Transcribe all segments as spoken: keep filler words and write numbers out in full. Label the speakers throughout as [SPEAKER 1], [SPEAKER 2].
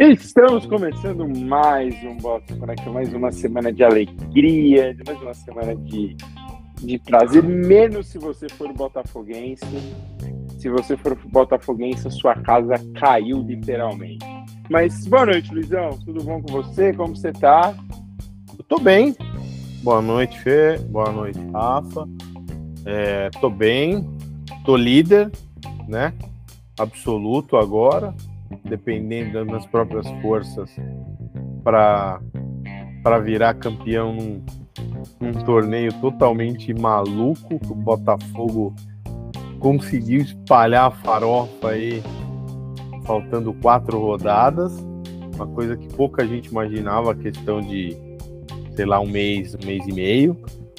[SPEAKER 1] Estamos começando mais um Bota Conecta, mais uma semana de alegria, mais uma semana de, de prazer, menos se você for botafoguense. Se você for botafoguense, a sua casa caiu literalmente. Mas boa noite, Luizão, tudo bom com você? Como você tá?
[SPEAKER 2] Eu tô bem. Boa noite, Fê. Boa noite, Rafa. É, tô bem, tô líder, né? Absoluto agora, dependendo das minhas próprias forças para para virar campeão num, num torneio totalmente maluco, que o Botafogo conseguiu espalhar a farofa aí, faltando quatro rodadas, uma coisa que pouca gente imaginava, a questão de, sei lá, um mês, um mês e meio,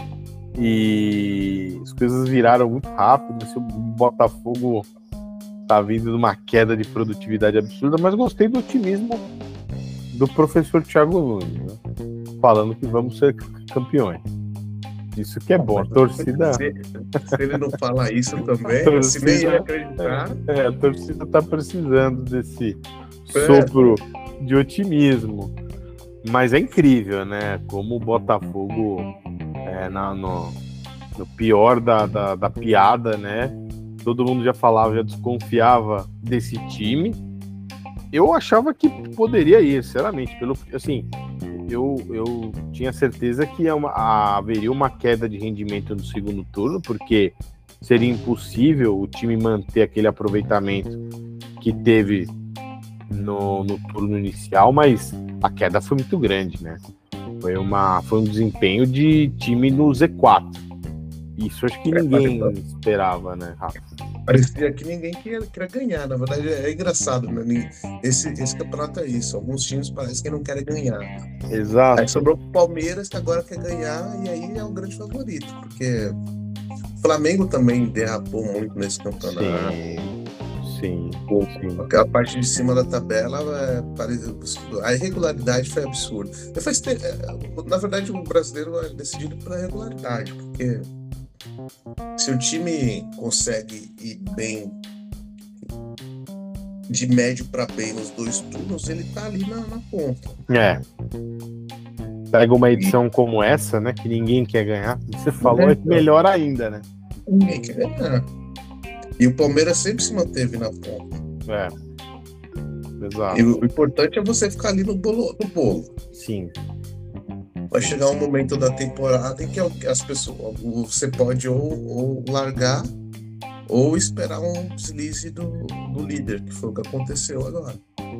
[SPEAKER 2] e as coisas viraram muito rápido. O Botafogo tá vindo de uma queda de produtividade absurda, mas gostei do otimismo do professor Thiago Nunes, né? Falando que vamos ser campeões. Isso que é bom. A torcida...
[SPEAKER 3] Se, se ele não falar isso também,
[SPEAKER 2] torcida...
[SPEAKER 3] se nem ele acreditar...
[SPEAKER 2] É, é, a torcida tá precisando desse sopro é. de otimismo. Mas é incrível, né? Como o Botafogo, é, na, no, no pior da, da, da piada, né? Todo mundo já falava, já desconfiava desse time. Eu achava que poderia ir, sinceramente. Pelo, assim, eu, eu tinha certeza que uma, a, haveria uma queda de rendimento no segundo turno, porque seria impossível o time manter aquele aproveitamento que teve no, no turno inicial, mas a queda foi muito grande, né? Foi, uma, foi um desempenho de time no Z quatro. Isso acho que ninguém é, esperava, né, Rafa?
[SPEAKER 3] Parecia que ninguém queria, queria ganhar. Na verdade, é engraçado, né? Esse, esse campeonato é isso. Alguns times parecem que não querem ganhar.
[SPEAKER 2] Exato.
[SPEAKER 3] Aí sobrou o Palmeiras, que agora quer ganhar, e aí é o grande favorito. Porque o Flamengo também derrapou muito nesse campeonato.
[SPEAKER 2] Sim, sim. sim.
[SPEAKER 3] Aquela parte de cima da tabela, é, a irregularidade foi absurda. Faz ter, na verdade, o brasileiro é decidido pela regularidade, porque se o time consegue ir bem, de médio para bem nos dois turnos, ele tá ali na, na ponta.
[SPEAKER 2] É. Pega uma edição e... como essa, né, que ninguém quer ganhar. Você falou, é melhor ainda, né?
[SPEAKER 3] Ninguém quer ganhar. E o Palmeiras sempre se manteve na ponta.
[SPEAKER 2] É. Exato.
[SPEAKER 3] E o, o importante é você ficar ali no bolo. No bolo.
[SPEAKER 2] Sim.
[SPEAKER 3] Vai chegar um momento da temporada em que as pessoas, você pode ou, ou largar ou esperar um deslize do, do líder, que foi o que aconteceu agora.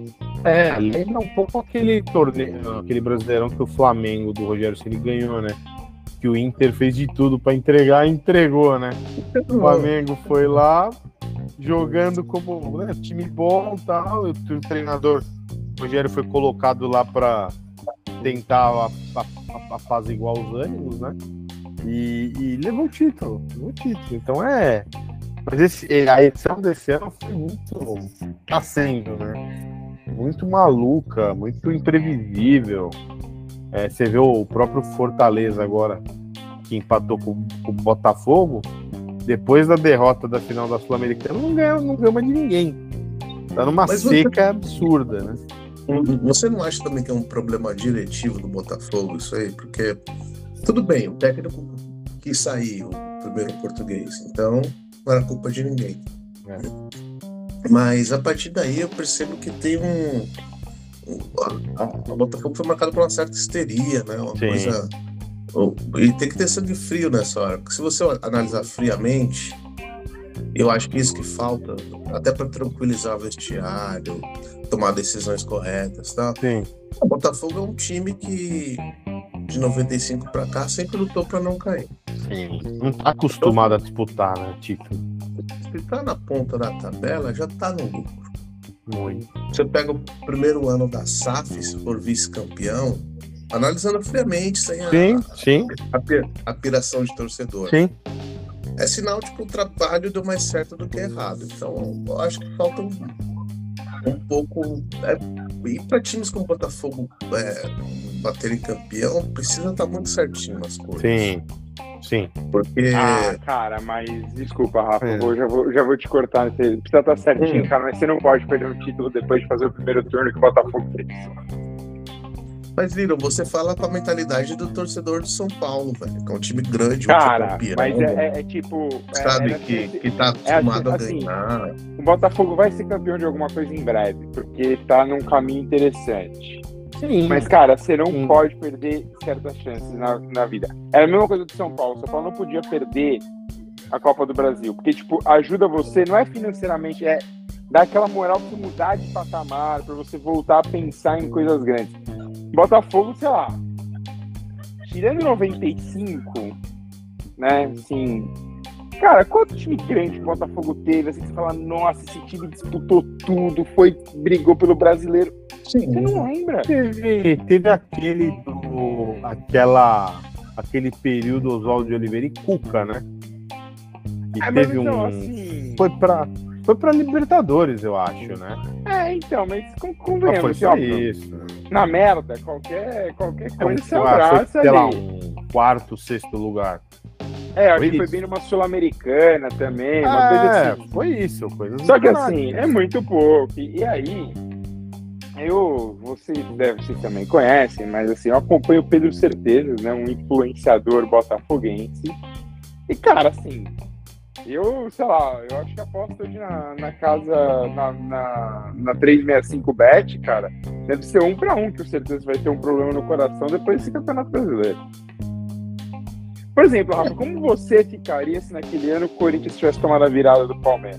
[SPEAKER 2] É, lembra um pouco aquele torneio, aquele Brasileirão que o Flamengo do Rogério Ceni ganhou, né? Que o Inter fez de tudo para entregar e entregou, né? O Flamengo foi lá jogando como, né, time bom e tal, o treinador o Rogério foi colocado lá para tentar a, a, a fase igual os ânimos, né? E, e levou o título, levou o título. Então é. Mas esse, a edição desse ano foi muito. Tá sendo, né? Muito maluca, muito imprevisível. É, você vê o próprio Fortaleza agora, que empatou com, com o Botafogo, depois da derrota da final da Sul-Americana, não ganhou, não ganhou mais de ninguém. Tá numa Mas seca você... absurda, né?
[SPEAKER 3] Você não acha também que é um problema diretivo do Botafogo isso aí? Porque, tudo bem, o técnico quis sair, o primeiro português, então não era culpa de ninguém. É. Mas a partir daí eu percebo que tem um... A, a, a Botafogo foi marcado por uma certa histeria, né? Uma
[SPEAKER 2] Sim.
[SPEAKER 3] coisa... E tem que ter sangue frio nessa hora, porque se você analisar friamente, eu acho que isso que falta, até para tranquilizar o vestiário, tomar decisões corretas, tá?
[SPEAKER 2] Sim.
[SPEAKER 3] O Botafogo é um time que de noventa e cinco para cá sempre lutou para não cair.
[SPEAKER 2] Sim. Não tá acostumado então, a disputar, né, título.
[SPEAKER 3] Se tá na ponta da tabela, já tá no lucro.
[SPEAKER 2] Muito.
[SPEAKER 3] Você pega o primeiro ano da S A F, se for vice-campeão, analisando friamente, sem a,
[SPEAKER 2] sim, sim.
[SPEAKER 3] a, a, a piração de torcedor.
[SPEAKER 2] Sim.
[SPEAKER 3] É sinal de que o trabalho deu mais certo do que errado. Então, eu acho que falta um, um pouco... É, e para times como o Botafogo é, baterem campeão, precisa estar muito certinho nas coisas.
[SPEAKER 2] Sim, Sim.
[SPEAKER 3] Porque.
[SPEAKER 1] Ah, cara, mas desculpa, Rafa,
[SPEAKER 2] É.
[SPEAKER 1] eu já, vou, já vou te cortar. Você precisa estar certinho,
[SPEAKER 3] Hum.
[SPEAKER 1] cara, mas você não pode perder um título depois de fazer o primeiro turno que o Botafogo fez.
[SPEAKER 3] Mas, Liro, você fala com a mentalidade do torcedor do São Paulo, velho. Que é um time grande,
[SPEAKER 1] Cara,
[SPEAKER 3] um campeão.
[SPEAKER 1] mas é, é, é tipo. é-
[SPEAKER 3] Sabe,
[SPEAKER 1] é
[SPEAKER 3] que,
[SPEAKER 1] assim,
[SPEAKER 3] que tá
[SPEAKER 1] é
[SPEAKER 3] acostumado
[SPEAKER 1] assim,
[SPEAKER 3] a ganhar.
[SPEAKER 1] o Botafogo vai ser campeão de alguma coisa em breve, porque tá num caminho interessante.
[SPEAKER 2] Sim.
[SPEAKER 1] Mas, cara, você não
[SPEAKER 2] Sim.
[SPEAKER 1] pode perder certas chances na, na vida. Era a mesma coisa do São Paulo. O São Paulo não podia perder a Copa do Brasil. Porque, tipo, ajuda você, não é financeiramente, é dar aquela moral pra você mudar de patamar, pra você voltar a pensar em coisas grandes. Botafogo, sei lá, tirando noventa e cinco, né, assim... Cara, quanto time grande o Botafogo teve? Assim, você fala, nossa, esse time disputou tudo, foi, brigou pelo brasileiro.
[SPEAKER 3] Sim.
[SPEAKER 1] Você não lembra?
[SPEAKER 2] Teve, teve aquele do, aquela, aquele período Oswaldo de Oliveira e Cuca, né? E
[SPEAKER 1] É, mas
[SPEAKER 2] teve
[SPEAKER 1] então,
[SPEAKER 2] um.
[SPEAKER 1] assim...
[SPEAKER 2] Foi pra, foi pra Libertadores, eu acho, né?
[SPEAKER 1] É, então, mas com-
[SPEAKER 2] Não
[SPEAKER 1] convenhamos,
[SPEAKER 2] foi
[SPEAKER 1] assim,
[SPEAKER 2] só
[SPEAKER 1] óbvio,
[SPEAKER 2] isso.
[SPEAKER 1] na merda, qualquer, qualquer
[SPEAKER 2] É um,
[SPEAKER 1] coisa você
[SPEAKER 2] ah,
[SPEAKER 1] abraça
[SPEAKER 2] foi, sei lá,
[SPEAKER 1] ali.
[SPEAKER 2] um quarto, sexto lugar.
[SPEAKER 1] É, acho
[SPEAKER 2] foi
[SPEAKER 1] que foi
[SPEAKER 2] isso.
[SPEAKER 1] bem numa Sul-Americana também, uma coisa
[SPEAKER 2] É,
[SPEAKER 1] assim.
[SPEAKER 2] foi isso. Coisas
[SPEAKER 1] Só que
[SPEAKER 2] danadinhas.
[SPEAKER 1] assim, é muito pouco. E, e aí, eu, vocês, devem, vocês também conhecem, mas assim, eu acompanho o Pedro Certezas, né, um influenciador botafoguense. E cara, assim, eu, sei lá, eu acho que aposto hoje na, na casa, na, na, na trezentos e sessenta e cinco bet, cara, deve ser um pra um que o Certeza vai ter um problema no coração depois desse Campeonato Brasileiro. Por exemplo, Rafa, como você ficaria se naquele ano o Corinthians tivesse tomado a virada do Palmeiras?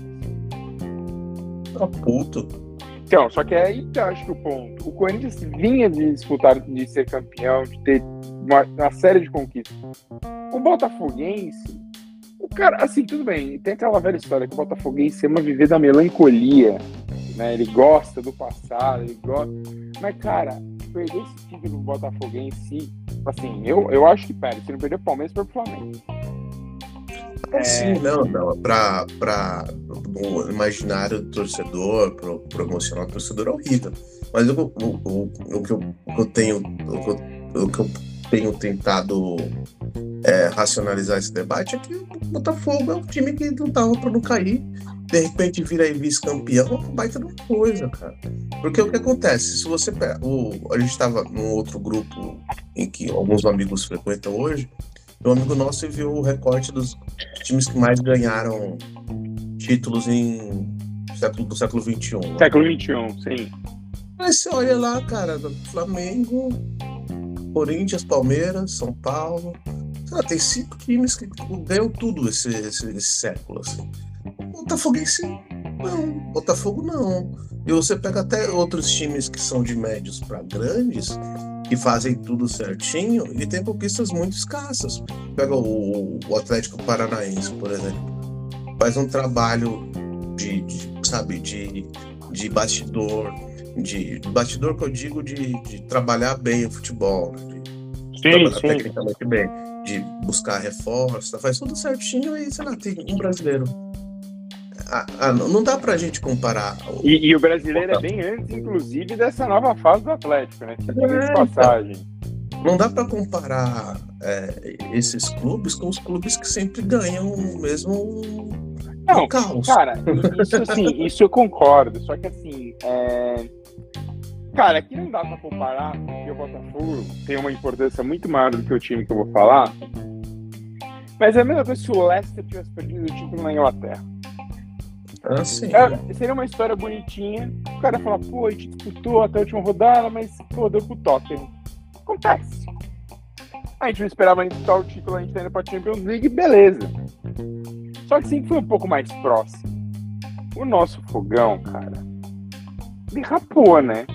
[SPEAKER 3] Tá puto.
[SPEAKER 1] Então, só que aí que eu acho que o ponto. O Corinthians vinha de disputar, de ser campeão, de ter uma, uma série de conquistas. O Botafoguense, o cara, assim, tudo bem, tem aquela velha história que o Botafoguense ama viver da melancolia, né? Ele gosta do passado, ele gosta. Mas, cara, perder esse título do Botafoguense, assim, eu, eu acho que perde. Se não perder o Palmeiras, perde o Flamengo.
[SPEAKER 3] É... Sim, não, não. Pra, pra o imaginário do torcedor, pro, pro emocional do torcedor é horrível. Mas o, o, o, o, que, eu, o que eu tenho. O que eu, o que eu tenho tentado é, racionalizar esse debate é que o Botafogo é um time que não tava pra não cair. De repente vira aí vice-campeão, é uma baita de uma coisa, cara. Porque o que acontece? Se você pega. O, a gente estava num outro grupo em que alguns amigos frequentam hoje. Um amigo nosso viu o recorte dos times que mais ganharam títulos em século, do século vinte e um.
[SPEAKER 1] Século vinte e um, sim.
[SPEAKER 3] Aí você olha lá, cara, Flamengo, Corinthians, Palmeiras, São Paulo. Sei lá, tem cinco times que ganham tudo esse, esse, esse século, assim. Botafoguense, não. Botafogo, não. E você pega até outros times que são de médios para grandes, que fazem tudo certinho e tem conquistas muito escassas. Pega o, o Atlético Paranaense, por exemplo. Faz um trabalho de, de sabe, de, de bastidor, de, de bastidor que eu digo de, de trabalhar bem o futebol, né? De
[SPEAKER 1] Sim,
[SPEAKER 3] trabalhar
[SPEAKER 1] sim.
[SPEAKER 3] tecnicamente bem, de buscar reforço, faz tudo certinho e, sei lá, tem um brasileiro. Ah, ah, não dá pra gente comparar.
[SPEAKER 1] E, e o brasileiro é bem antes, inclusive, dessa nova fase do Atlético, né? Diga-se de passagem.
[SPEAKER 3] Não dá pra comparar é, esses clubes com os clubes que sempre ganham o mesmo
[SPEAKER 1] Não,
[SPEAKER 3] caos.
[SPEAKER 1] cara, isso assim, isso eu concordo. Só que assim, é... cara, aqui não dá pra comparar, porque o Botafogo tem uma importância muito maior do que o time que eu vou falar. Mas é a mesma coisa se o Leicester tivesse perdido o título na Inglaterra.
[SPEAKER 3] Ah, sim.
[SPEAKER 1] É, seria uma história bonitinha. O cara fala, pô, a gente disputou até a última rodada, mas pô, deu pro Tottenham. Acontece. A gente não esperava nem disputar o título, a gente tá indo pra Champions League, beleza. Só que sempre foi um pouco mais próximo. O nosso fogão, cara, derrapou, né?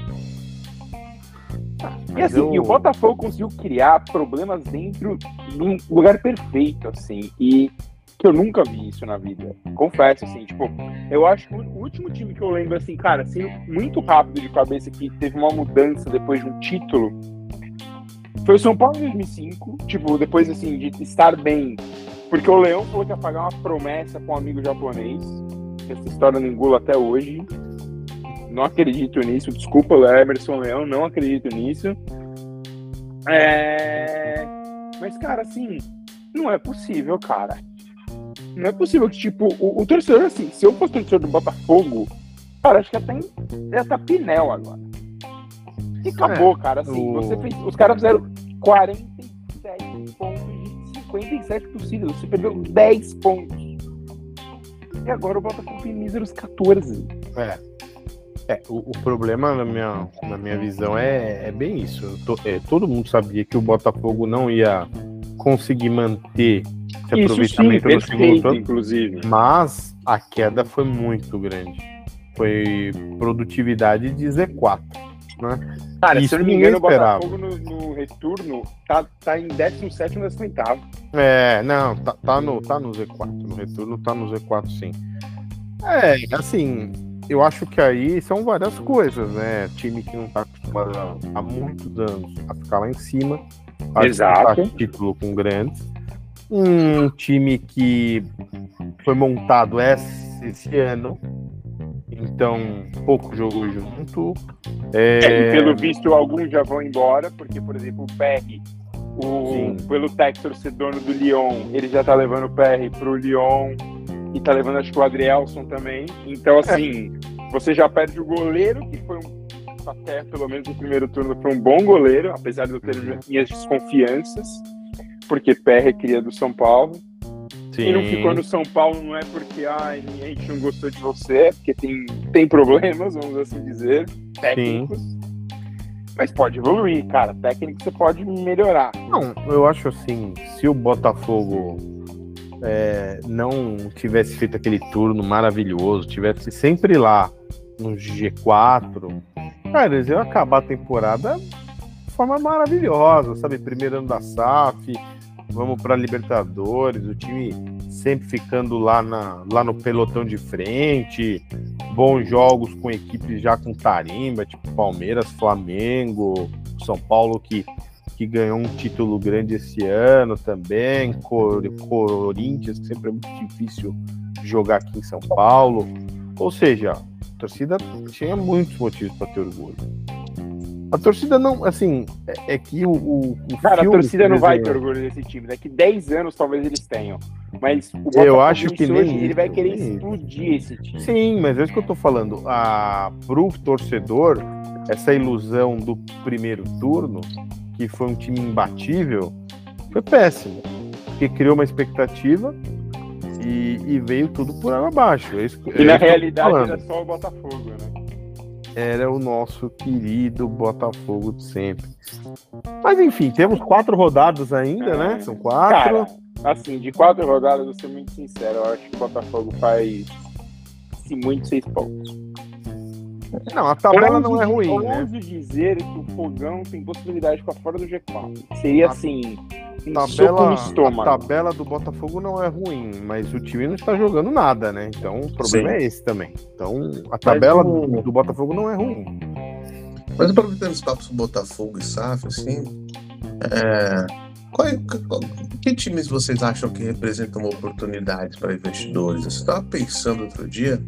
[SPEAKER 1] E assim,
[SPEAKER 2] eu...
[SPEAKER 1] e o Botafogo conseguiu criar problemas dentro de um lugar perfeito, assim, e que eu nunca vi isso na vida. Confesso, assim, tipo, eu acho que o último time que eu lembro, assim, cara, sendo muito rápido de cabeça, que teve uma mudança depois de um título, foi o São Paulo em dois mil e cinco, tipo, depois, assim, de estar bem, porque o Leão falou que ia pagar uma promessa com um amigo japonês, essa história não engula até hoje, não acredito nisso, desculpa, Emerson Leão, não acredito nisso. É... Mas, cara, assim, Não é possível, cara. Não é possível que, tipo, o, o torcedor, assim, se eu fosse torcedor do Botafogo, cara, acho que até ia estar Pinel agora. E acabou, é, cara, assim, o... você fez, os caras fizeram quarenta e sete pontos de cinquenta e sete possíveis, você perdeu dez pontos. E agora o Botafogo tem míseros catorze.
[SPEAKER 2] É. É, o, o problema na minha, na minha visão é, é bem isso. Tô, é, todo mundo sabia que o Botafogo não ia conseguir manter esse
[SPEAKER 1] isso
[SPEAKER 2] aproveitamento
[SPEAKER 1] sim,
[SPEAKER 2] no segundo turno,
[SPEAKER 1] inclusive.
[SPEAKER 2] Mas a queda foi muito grande. Foi produtividade de Z quatro, né?
[SPEAKER 1] Cara,
[SPEAKER 2] isso
[SPEAKER 1] se eu não me engano, o Botafogo no, no retorno tá, tá em décimo sétimo, décimo oitavo.
[SPEAKER 2] É, não, tá, tá, no, tá no Z quatro. No retorno tá no Z quatro, sim. É, assim, eu acho que aí são várias coisas, né? Time que não tá acostumado há, há muitos anos a ficar lá em cima, a
[SPEAKER 1] Exato.
[SPEAKER 2] disputar título com grandes. Um time que foi montado esse, esse ano, então pouco jogo junto. É...
[SPEAKER 1] É, e pelo visto, alguns já vão embora, porque, por exemplo, o P R, o, pelo Textor ser dono do Lyon, ele já tá levando o P R pro Lyon e tá levando, acho que o Adrielson também. Então, assim, é. você já perde o goleiro, que foi um, até pelo menos no primeiro turno, foi um bom goleiro, apesar de eu ter minhas desconfianças, porque P R é cria do São Paulo.
[SPEAKER 2] Sim.
[SPEAKER 1] E não ficou no São Paulo não é porque ah, a gente não gostou de você, é porque tem, tem problemas, vamos assim dizer, técnicos. Sim. Mas pode evoluir, cara. Técnico você pode melhorar.
[SPEAKER 2] Não, eu acho assim, se o Botafogo é, não tivesse feito aquele turno maravilhoso, tivesse sempre lá no G quatro, cara, eles iam acabar a temporada de forma maravilhosa, sabe? Primeiro ano da S A F, vamos para Libertadores, o time sempre ficando lá, na, lá no pelotão de frente, bons jogos com equipes já com tarimba, tipo Palmeiras, Flamengo, São Paulo que, que ganhou um título grande esse ano também, Cor, Corinthians, que sempre é muito difícil jogar aqui em São Paulo. Ou seja, a torcida tinha muitos motivos para ter orgulho. A torcida não, assim, é, é que o, o, o
[SPEAKER 1] Cara,
[SPEAKER 2] filme,
[SPEAKER 1] a torcida não vai
[SPEAKER 2] exemplo,
[SPEAKER 1] ter orgulho desse time. Daqui dez anos talvez eles tenham. Mas o
[SPEAKER 2] eu
[SPEAKER 1] Botafogo
[SPEAKER 2] acho que
[SPEAKER 1] hoje,
[SPEAKER 2] nem
[SPEAKER 1] ele
[SPEAKER 2] isso,
[SPEAKER 1] vai querer
[SPEAKER 2] nem
[SPEAKER 1] explodir esse time.
[SPEAKER 2] Sim, mas é isso que eu tô falando. A, pro torcedor, essa ilusão do primeiro turno, que foi um time imbatível, foi péssimo. Porque criou uma expectativa e, e veio tudo por água abaixo. É isso,
[SPEAKER 1] e
[SPEAKER 2] é
[SPEAKER 1] na
[SPEAKER 2] isso
[SPEAKER 1] realidade era só o Botafogo, né?
[SPEAKER 2] Era o nosso querido Botafogo de sempre. Mas enfim, temos quatro rodadas ainda, é. né? São quatro.
[SPEAKER 1] Cara, assim, de quatro rodadas, vou ser muito sincero, eu acho que o Botafogo faz, se muito, seis pontos.
[SPEAKER 2] Não, a tabela
[SPEAKER 1] ouso,
[SPEAKER 2] não é ruim,
[SPEAKER 1] eu
[SPEAKER 2] né?
[SPEAKER 1] ouso dizer que o Fogão tem possibilidade de ficar fora do G quatro. Seria, a... assim, um
[SPEAKER 2] tabela,
[SPEAKER 1] soco no estômago.
[SPEAKER 2] A tabela do Botafogo não é ruim, mas o time não está jogando nada, né? Então o problema Sim. é esse também. Então a tabela o... do, do Botafogo não é ruim.
[SPEAKER 3] Mas aproveitando os papos do Botafogo e S A F, assim, é... Qual é, qual, que times vocês acham que representam oportunidades para investidores? Eu estava pensando outro dia.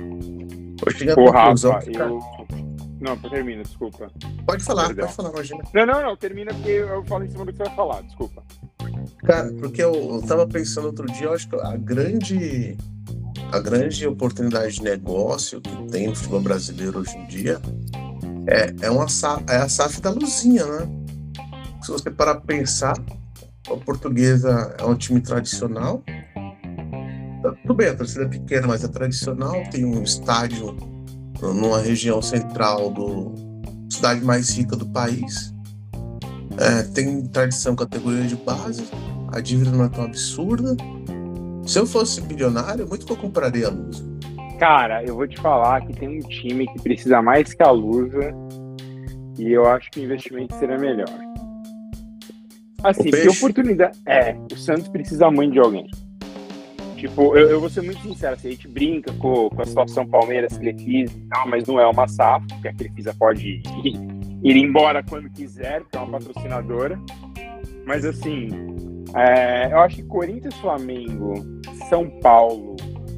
[SPEAKER 3] Eu cheguei à conclusão.
[SPEAKER 1] Rafa, que, cara... eu... Não, termina, desculpa.
[SPEAKER 3] Pode falar, Perdão. pode falar, imagina.
[SPEAKER 1] Não, não, não, termina porque eu falo em cima do que você vai falar, desculpa.
[SPEAKER 3] Cara, porque eu, eu tava pensando outro dia, eu acho que a grande, a grande oportunidade de negócio que tem no futebol brasileiro hoje em dia é, é, uma, é a S A F da Luzinha, né? Se você parar pra pensar, a Portuguesa é um time tradicional. Tudo bem, a torcida é pequena, mas é tradicional. Tem um estádio numa região central do cidade mais rica do país. É, tem tradição categoria de base. A dívida não é tão absurda. Se eu fosse bilionário, muito que eu compraria a Lusa.
[SPEAKER 1] Cara, eu vou te falar que tem um time que precisa mais que a Lusa e eu acho que o investimento seria melhor. Assim, que oportunidade... É, o Santos precisa muito de alguém. Tipo, eu, eu vou ser muito sincero, assim, a gente brinca com, com a situação Palmeiras, Crefisa e tal, mas não é uma S A F, porque a Crefisa pode ir, ir embora quando quiser, porque é uma patrocinadora. Mas, assim, é, eu acho que Corinthians, Flamengo, São Paulo,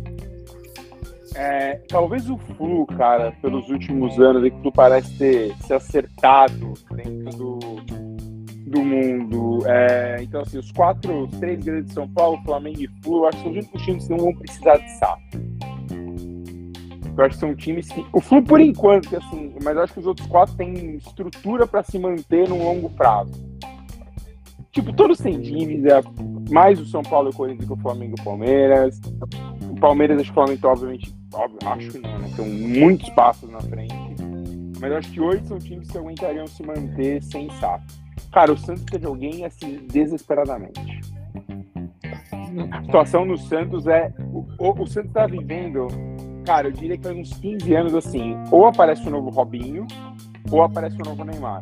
[SPEAKER 1] é, talvez o Flu, cara, pelos últimos anos, o Flu parece ter se acertado dentro do... do mundo. É, então, assim, os quatro, os três grandes de São Paulo, Flamengo e Flu, eu acho que são os únicos times que não vão precisar de S A F. Eu acho que são times que... O Flu, por enquanto, assim, mas eu acho que os outros quatro têm estrutura para se manter num longo prazo. Tipo, todos têm dívida, mais o São Paulo e o Corinthians que o Flamengo e o Palmeiras. O Palmeiras, acho que o Flamengo, obviamente, óbvio, acho que não, né? Tem muitos passos na frente. Mas eu acho que hoje são times que aguentariam se manter sem S A F. Cara, o Santos teve alguém, assim, desesperadamente. A situação no Santos é... O, o, o Santos tá vivendo... Cara, eu diria que faz uns quinze anos, assim, ou aparece o novo Robinho, ou aparece o novo Neymar.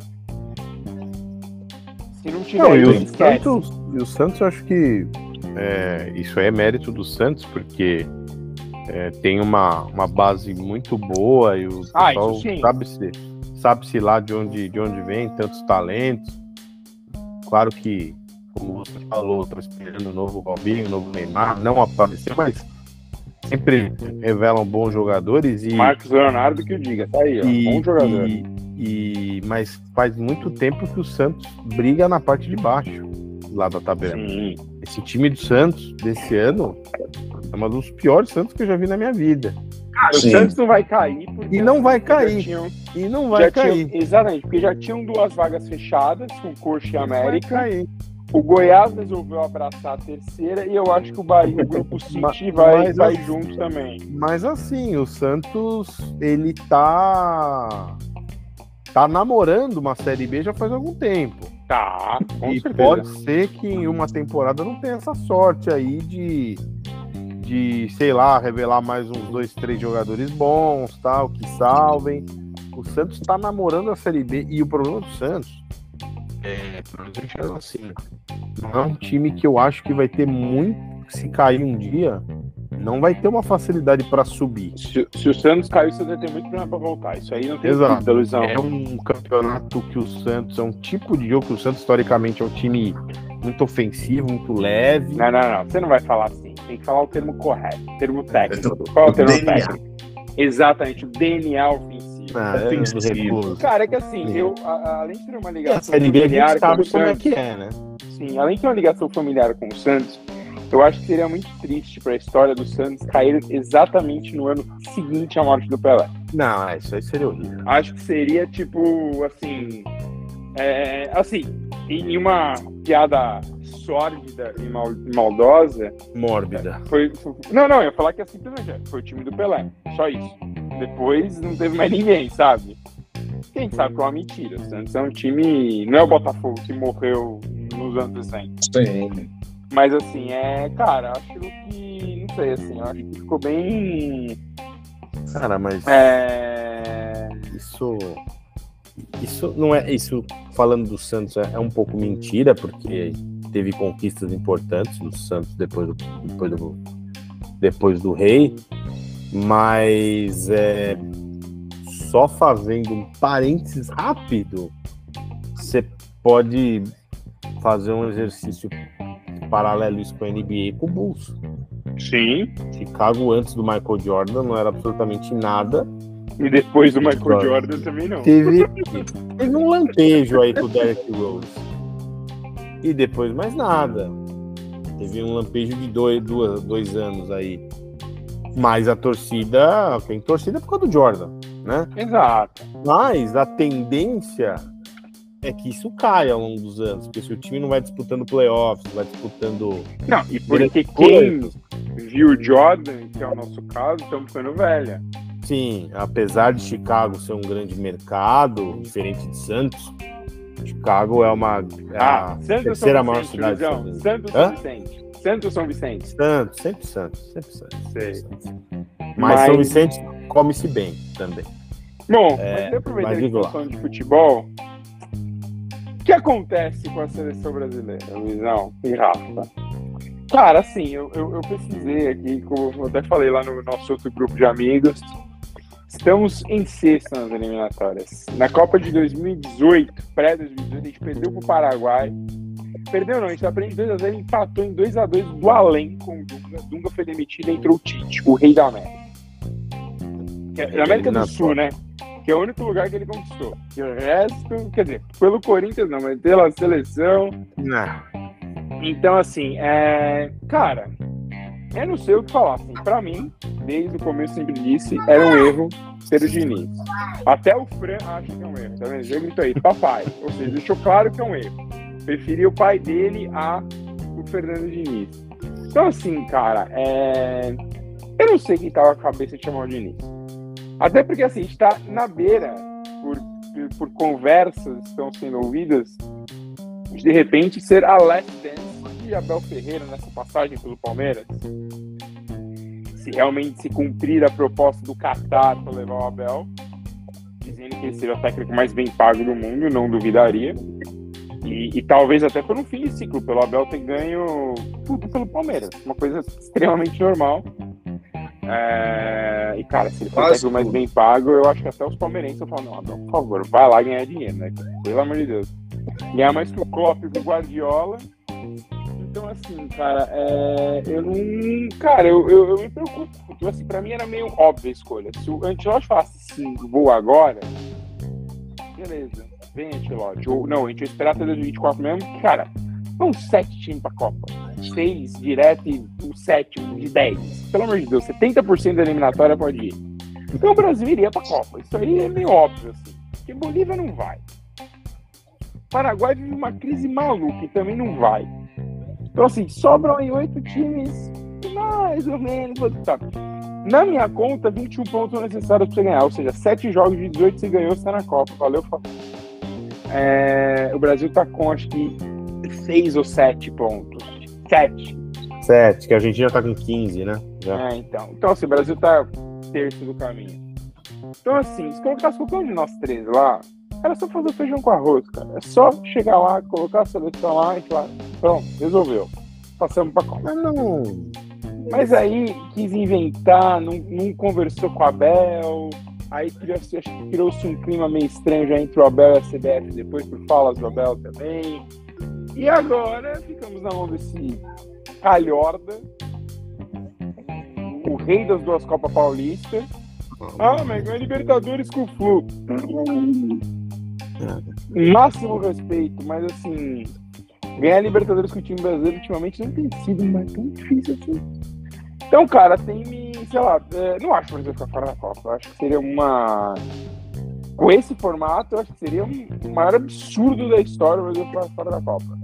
[SPEAKER 1] Se não tiver,
[SPEAKER 2] não, e,
[SPEAKER 1] o
[SPEAKER 2] Santos, e o Santos, eu acho que é, isso é mérito do Santos, porque é, tem uma, uma base muito boa e o
[SPEAKER 1] ah,
[SPEAKER 2] pessoal sabe-se sabe-se lá de onde, de onde vem tantos talentos. Claro que, como você falou, estou esperando o novo Robinho, o novo Neymar, não apareceu, mas sempre revelam bons jogadores. E
[SPEAKER 1] Marcos Leonardo que o diga, tá aí, ó,
[SPEAKER 2] e,
[SPEAKER 1] bom jogador.
[SPEAKER 2] E, e, mas faz muito tempo que o Santos briga na parte de baixo, lá da tabela.
[SPEAKER 1] Sim.
[SPEAKER 2] Esse time do Santos, desse ano, é um dos piores Santos que eu já vi na minha vida.
[SPEAKER 1] Cara,
[SPEAKER 3] Sim.
[SPEAKER 1] o Santos não vai cair. Porque
[SPEAKER 2] E não vai cair.
[SPEAKER 1] Tinham,
[SPEAKER 2] e não vai cair.
[SPEAKER 1] Tinham, exatamente, porque já tinham duas vagas fechadas, com Coxa e América.
[SPEAKER 2] Vai cair.
[SPEAKER 1] O Goiás resolveu abraçar a terceira e eu acho que o Bahia, o Grupo City,
[SPEAKER 2] Mas,
[SPEAKER 1] vai,
[SPEAKER 2] mas
[SPEAKER 1] vai
[SPEAKER 2] assim,
[SPEAKER 1] junto também.
[SPEAKER 2] Mas assim, o Santos, ele tá... tá namorando uma Série B já faz algum tempo.
[SPEAKER 1] Tá, com
[SPEAKER 2] e
[SPEAKER 1] certeza.
[SPEAKER 2] pode ser que em uma temporada não tenha essa sorte aí de, de, sei lá, revelar mais uns dois, três jogadores bons, tal, que salvem. O Santos tá namorando a Série B e o problema do Santos é, pelo menos eu enxergo assim, não é um time que eu acho que vai ter muito, se cair um dia, não vai ter uma facilidade para subir.
[SPEAKER 1] Se, se o Santos cair, você vai ter muito problema para voltar. Isso aí não tem
[SPEAKER 2] Exato.
[SPEAKER 1] dúvida, Luizão.
[SPEAKER 2] É um campeonato que o Santos, é um tipo de jogo que o Santos, historicamente, é um time muito ofensivo, muito leve.
[SPEAKER 1] Não, não, não. Você não vai falar assim. Tem que falar o termo correto. O termo técnico. Qual é o termo
[SPEAKER 3] D N A.
[SPEAKER 1] técnico? Exatamente. O D N A ofensivo.
[SPEAKER 2] Ah, é
[SPEAKER 3] ofensivo.
[SPEAKER 1] Cara, é que assim, eu, a, a, além de ter uma
[SPEAKER 2] E a
[SPEAKER 1] ligação
[SPEAKER 2] Série B a
[SPEAKER 1] familiar
[SPEAKER 2] gente
[SPEAKER 1] com
[SPEAKER 2] sabe
[SPEAKER 1] o
[SPEAKER 2] como é
[SPEAKER 1] Santos,
[SPEAKER 2] que é, né?
[SPEAKER 1] sim, além de ter uma ligação familiar com o Santos, eu acho que seria muito triste para a história do Santos cair exatamente no ano seguinte à morte do Pelé.
[SPEAKER 2] Não, é, isso aí seria horrível.
[SPEAKER 1] Acho que seria, tipo, assim... É, assim, em uma piada sórdida e mal, maldosa...
[SPEAKER 2] Mórbida.
[SPEAKER 1] Foi, foi, não, não, eu ia falar que assim, simplesmente foi o time do Pelé. Só isso. Depois não teve mais ninguém, sabe? Quem sabe que é uma mentira. O Santos é um time... Não é o Botafogo que morreu nos anos sessenta.
[SPEAKER 3] Sim.
[SPEAKER 1] Mas assim, é... Cara, acho que... Não sei, assim, eu acho que ficou bem...
[SPEAKER 2] Cara, mas
[SPEAKER 1] É...
[SPEAKER 2] isso... Isso não é... Isso, falando do Santos, é, é um pouco mentira, porque teve conquistas importantes do Santos depois do, depois do, depois do Rei, mas é, só fazendo um parênteses rápido, você pode fazer um exercício paralelo isso com a N B A com o Bulls.
[SPEAKER 1] Sim.
[SPEAKER 2] Chicago antes do Michael Jordan não era absolutamente nada.
[SPEAKER 1] E depois do Michael Jordan também não.
[SPEAKER 2] Teve, teve um lampejo aí com o Derrick Rose. E depois mais nada. Teve um lampejo de dois, duas, dois anos aí. Mas a torcida, tem torcida por causa do Jordan, né?
[SPEAKER 1] Exato.
[SPEAKER 2] Mas a tendência é que isso caia ao longo dos anos, porque se o time não vai disputando playoffs, não vai disputando...
[SPEAKER 1] Não, e porque quem viu o Jordan, que é o nosso caso, estamos ficando velha.
[SPEAKER 2] Sim, apesar de Chicago ser um grande mercado, diferente de Santos, Chicago é uma é
[SPEAKER 1] Ah,
[SPEAKER 2] a
[SPEAKER 1] Santos
[SPEAKER 2] terceira
[SPEAKER 1] São
[SPEAKER 2] maior
[SPEAKER 1] Vicente,
[SPEAKER 2] cidade dos
[SPEAKER 1] Luizão.
[SPEAKER 2] Estados Unidos.
[SPEAKER 1] Santos
[SPEAKER 2] Hã?
[SPEAKER 1] São Vicente. Santos São Vicente.
[SPEAKER 2] Santos, sempre Santos, sempre Santos.
[SPEAKER 1] Sei.
[SPEAKER 2] Sempre Santos. Mas,
[SPEAKER 1] Mas-
[SPEAKER 2] São Vicente come-se bem também.
[SPEAKER 1] Bom,
[SPEAKER 2] É,
[SPEAKER 1] mas aproveitando
[SPEAKER 2] mas
[SPEAKER 1] que
[SPEAKER 2] digo lá.
[SPEAKER 1] estamos falando de futebol, o que acontece com a seleção brasileira, Luizão e Rafa? Cara, assim, eu, eu, eu pesquisei aqui, como eu até falei lá no nosso outro grupo de amigos, estamos em sexto nas eliminatórias. Na Copa de dois mil e dezoito, pré-dois mil e dezoito, a gente perdeu pro Paraguai. Perdeu não, a gente aprende dois a zero e empatou em dois a dois do além com o Dunga. Dunga foi demitido e entrou o Tite, o rei da América. Que é- da América do Sul, né? que é o único lugar que ele conquistou. E o resto, quer dizer, pelo Corinthians não, mas pela seleção.
[SPEAKER 2] Não.
[SPEAKER 1] Então, assim, é... cara, eu não sei o que falar. Assim, pra mim, desde o começo sempre disse, era um erro ter o Diniz. Até o Fran acha que é um erro, tá vendo? Eu grito aí, papai. Ou seja, deixou claro que é um erro. Preferia o pai dele a o Fernando Diniz. Então, assim, cara, é... eu não sei quem tava com a cabeça de chamar o Diniz. Até porque, assim, a gente tá na beira, por, por, por conversas que estão sendo ouvidas, de repente ser a last dance de Abel Ferreira nessa passagem pelo Palmeiras. Se realmente se cumprir a proposta do Qatar para levar o Abel, dizendo que ele seria o técnico mais bem pago do mundo, não duvidaria. E, e talvez até por um fim de ciclo, pelo Abel ter ganho tudo pelo Palmeiras. Uma coisa extremamente normal. É... E, cara, se ele for o técnico mais bem pago, eu acho que até os palmeirenses vão falar, não, Abel, por favor, vai lá ganhar dinheiro, né? Pelo amor de Deus. Ganhar mais que o Klopp e o Guardiola. Então, assim, cara, é... eu não... Cara, eu, eu, eu me preocupo. Porque, assim, pra mim era meio óbvia a escolha. Se o Ancelotti falasse assim, vou agora, beleza, vem Ancelotti. Ou, não, a gente vai esperar até dois mil e vinte e quatro mesmo. Cara, são sete times pra Copa. Seis direto e um sétimo de dez. Pelo amor de Deus, setenta por cento da eliminatória pode ir. Então o Brasil iria pra Copa. Isso aí é meio óbvio, assim. Porque Bolívia não vai. Paraguai vive uma crise maluca e também não vai. Então, assim, sobram aí oito times, mais ou menos. Tá. Na minha conta, vinte e um pontos necessários para você ganhar. Ou seja, sete jogos de dezoito você ganhou, você tá na Copa. Valeu, falou. É, o Brasil tá com, acho que, seis ou sete pontos. Sete.
[SPEAKER 2] Sete, que a Argentina tá com quinze, né? Já.
[SPEAKER 1] É, então. Então, assim, o Brasil tá terço do caminho. Então, assim, se colocasse qualquer um de nós três lá, era só fazer feijão com arroz, cara. É só chegar lá, colocar a seleção lá e falar, pronto, resolveu. Passamos pra Copa.
[SPEAKER 2] Mas não...
[SPEAKER 1] Mas aí quis inventar, não, não conversou com a Abel, aí criou-se, acho que criou-se um clima meio estranho já entre o Abel e a C B F, depois por falas do Abel também. E agora ficamos na mão desse calhorda, o rei das duas Copas Paulistas. Ah, mas ganhou Libertadores com o Flu. Máximo respeito, mas assim, ganhar Libertadores com o time brasileiro ultimamente não tem sido mais tão difícil assim. Então, cara, tem me, sei lá, é, não acho que o Brasil ficar fora da Copa. Eu acho que seria uma. Com esse formato, eu acho que seria um, o maior absurdo da história o Brasil ficar fora da Copa.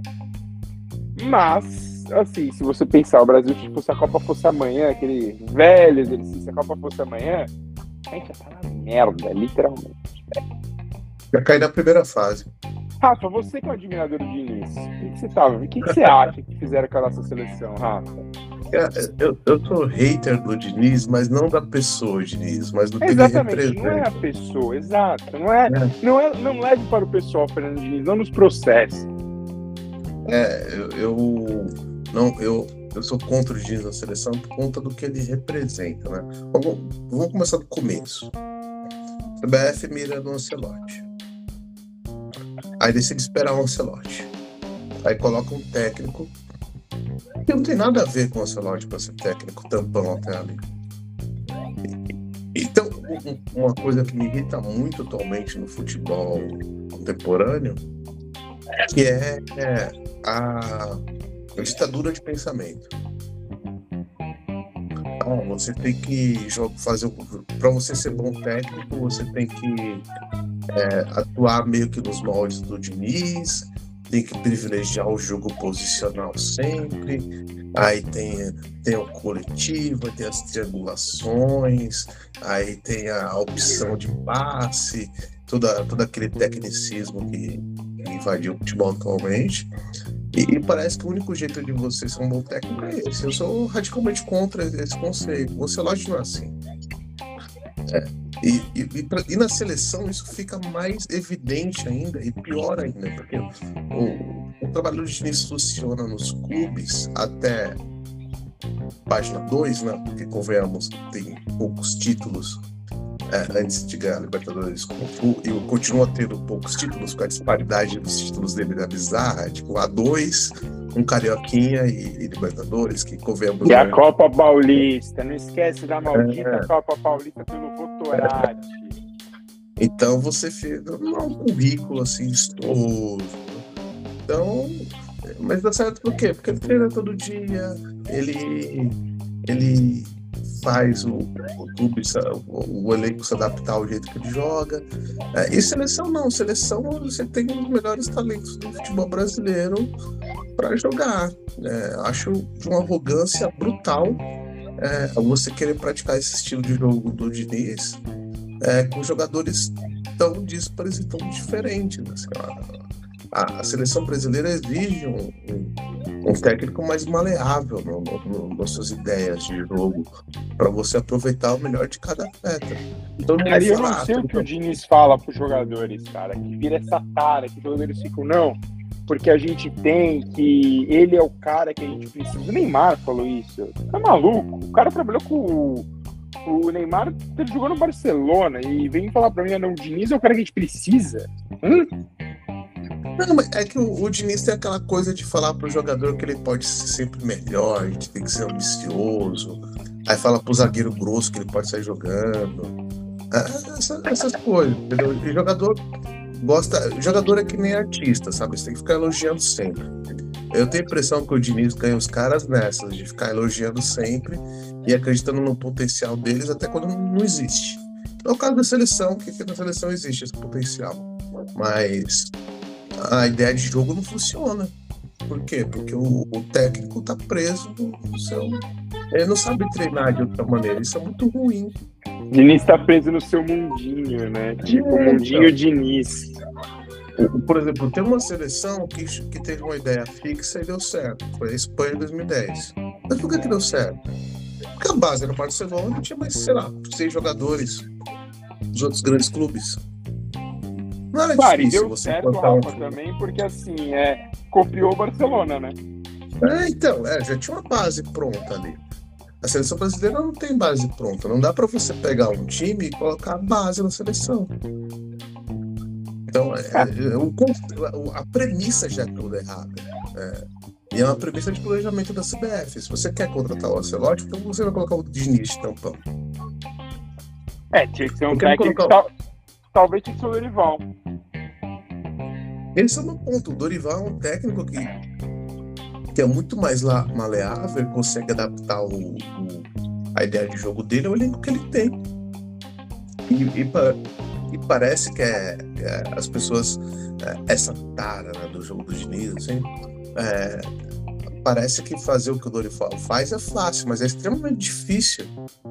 [SPEAKER 1] Mas, assim, se você pensar, o Brasil, tipo, se a Copa fosse amanhã, aquele velho exercício, se a Copa fosse amanhã, a gente já tá na merda, literalmente.
[SPEAKER 3] Já cai na primeira fase.
[SPEAKER 1] Rafa, você que é um admirador do Diniz, o que, que você tá, o que, que você acha que fizeram com a nossa seleção, Rafa?
[SPEAKER 3] Eu, eu sou hater do Diniz, mas não da pessoa Diniz, mas do que
[SPEAKER 1] Exatamente,
[SPEAKER 3] ele representa.
[SPEAKER 1] não é a pessoa, exato. Não, é, é. Não, é, não leve para o pessoal, Fernando Diniz, não nos processe.
[SPEAKER 3] É, eu, eu, não, eu, eu sou contra o Diniz na seleção por conta do que ele representa, né? Vamos, vamos começar do começo. A C B F mira no Ancelotti. Aí decide esperar o Ancelotti. Aí coloca um técnico que não tem nada a ver com o Ancelotti para ser técnico tampão até ali. Então, uma coisa que me irrita muito atualmente no futebol contemporâneo, que é, é a, a ditadura de pensamento. Então, você tem que fazer, para você ser bom técnico, você tem que é, atuar meio que nos moldes do Diniz, tem que privilegiar o jogo posicional sempre, aí tem, tem o coletivo, tem as triangulações, aí tem a opção de passe, toda, todo aquele tecnicismo que, que invadiu o futebol atualmente. E, e parece que o único jeito de você ser um bom técnico é esse. Eu sou radicalmente contra esse conceito. O Ancelotti não é assim. É. E, e, e, pra, e na seleção isso fica mais evidente ainda e pior ainda, porque o, o trabalho de Diniz funciona nos clubes até página dois, né? Porque, convenhamos, tem poucos títulos é, antes de ganhar a Libertadores com o Flu, e continua tendo poucos títulos, com a disparidade dos títulos dele da bizarra, tipo A dois, um Carioquinha e, e Libertadores, que convenhamos.
[SPEAKER 1] E a Copa Paulista, não esquece da maldita é. Copa Paulista pelo Votorati.
[SPEAKER 3] Então você fica, não é um currículo assim, vistoso. Então, mas dá certo por quê? Porque ele treina todo dia, ele, ele faz o, o clube, o, o elenco se adaptar ao jeito que ele joga. É, e seleção não, seleção você tem os melhores talentos do futebol brasileiro para jogar. É, acho de uma arrogância brutal é, você querer praticar esse estilo de jogo do Diniz é, com jogadores tão díspares e tão diferentes. Assim, a, a seleção brasileira exige um, um, um técnico mais maleável no, no, no, nas suas ideias de jogo, para você aproveitar o melhor de cada atleta.
[SPEAKER 1] Então, cara, eu não sei o que o Diniz fala para os jogadores, cara, que vira essa tara, que os jogadores ficam, não, porque a gente tem, que ele é o cara que a gente precisa. O Neymar falou isso. Tá maluco? O cara trabalhou com o, o Neymar, ele jogou no Barcelona e vem falar pra mim, não, o Diniz é o cara que a gente precisa. Hum?
[SPEAKER 3] Não, mas é que o, o Diniz tem aquela coisa de falar pro jogador que ele pode ser sempre melhor, a gente tem que ser ambicioso. Aí fala pro zagueiro grosso que ele pode sair jogando. Essa, essas coisas, entendeu? E jogador gosta. Jogador é que nem artista, sabe? Você tem que ficar elogiando sempre. Eu tenho a impressão que o Diniz ganha os caras nessas, de ficar elogiando sempre e acreditando no potencial deles até quando não existe. É o caso da seleção, que na seleção existe esse potencial. Mas a ideia de jogo não funciona. Por quê? Porque o, o técnico tá preso no seu... Ele não sabe treinar de outra maneira. Isso é muito ruim.
[SPEAKER 1] Diniz tá preso no seu mundinho, né? Tipo, o é, mundinho então. Diniz.
[SPEAKER 3] Por exemplo, tem uma seleção que, que teve uma ideia fixa e deu certo. Foi a Espanha em dois mil e dez. Mas por que que deu certo? Porque a base era o Barcelona, não tinha mais, sei lá, seis jogadores dos outros grandes clubes. Não era
[SPEAKER 1] claro,
[SPEAKER 3] difícil
[SPEAKER 1] deu
[SPEAKER 3] você
[SPEAKER 1] certo,
[SPEAKER 3] encontrar
[SPEAKER 1] Rafa,
[SPEAKER 3] um...
[SPEAKER 1] também, porque assim, é, copiou o Barcelona, né?
[SPEAKER 3] É, então, é, já tinha uma base pronta ali. A seleção brasileira não tem base pronta. Não dá pra você pegar um time e colocar a base na seleção. Então, é, é, o, a premissa já é toda errada. É, e é uma premissa de planejamento da C B F. Se você quer contratar o Ancelotti, então você vai colocar o Diniz de tampão.
[SPEAKER 1] É, tinha que ser um técnico. Colocar... Tal, talvez tinha que ser o Dorival.
[SPEAKER 3] Esse é o meu ponto. O Dorival é um técnico que, que é muito mais lá, maleável, consegue adaptar o, o, a ideia de jogo dele ao elenco que ele tem. E, e para. E parece que é, é, as pessoas, é, essa tara, né, do jogo do Diniz, assim, é, parece que fazer o que o Dorival faz é fácil, mas é extremamente difícil.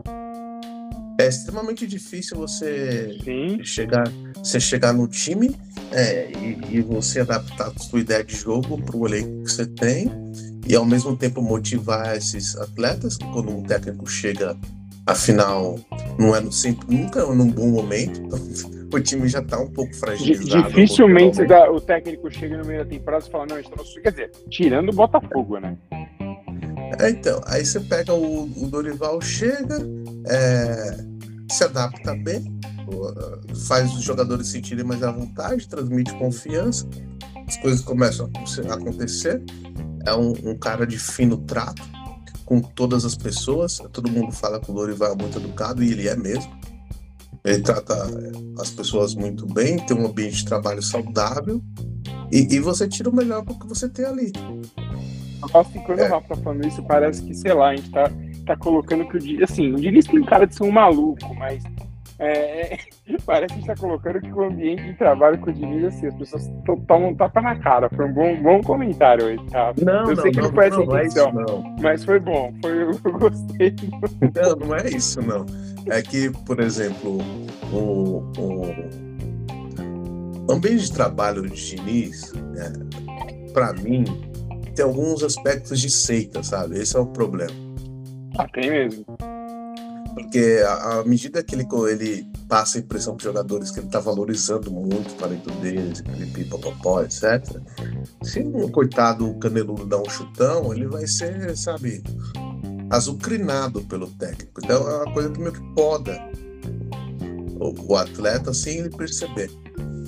[SPEAKER 3] É extremamente difícil você chegar, você chegar no time é, e, e você adaptar a sua ideia de jogo para o elenco que você tem e ao mesmo tempo motivar esses atletas, que quando um técnico chega, afinal, não é no, sempre, nunca é num bom momento, então o time já está um pouco fragilizado.
[SPEAKER 1] Dificilmente um o técnico chega no meio da temporada e fala, não, estamos... Quer dizer, tirando o Botafogo, né?
[SPEAKER 3] É, então, aí você pega o, o Dorival, chega, é, se adapta bem, faz os jogadores se sentirem mais à vontade, transmite confiança, as coisas começam a acontecer, é um, um cara de fino trato com todas as pessoas, todo mundo fala que o Dorival é muito educado, e ele é mesmo. Ele trata as pessoas muito bem, tem um ambiente de trabalho saudável, e, e você tira o melhor do que você tem ali.
[SPEAKER 1] Nossa, e quando é. o Rafa tá falando isso, parece que, sei lá, a gente tá, tá colocando que o Diniz, assim, o Diniz tem cara de ser um maluco, mas é, parece que a gente tá colocando que o ambiente de trabalho com o Diniz, assim, as pessoas tomam um tapa na cara. Foi um bom, bom comentário aí, tá?
[SPEAKER 3] Não,
[SPEAKER 1] eu
[SPEAKER 3] não,
[SPEAKER 1] sei que
[SPEAKER 3] não,
[SPEAKER 1] não foi essa
[SPEAKER 3] não,
[SPEAKER 1] intenção,
[SPEAKER 3] não é isso, não.
[SPEAKER 1] Mas foi bom, foi, eu gostei.
[SPEAKER 3] Não, não é isso, não. É que, por exemplo, o, o ambiente de trabalho do Diniz, né, pra mim, tem alguns aspectos de seita, sabe? Esse é o problema.
[SPEAKER 1] Ah, tem mesmo.
[SPEAKER 3] Porque à medida que ele, ele passa a impressão para os jogadores que ele está valorizando muito o talento deles, pipipopopó, etcétera. Se um coitado caneludo dá um chutão, ele vai ser, sabe, azucrinado pelo técnico. Então é uma coisa que meio que poda o, o atleta sem ele perceber.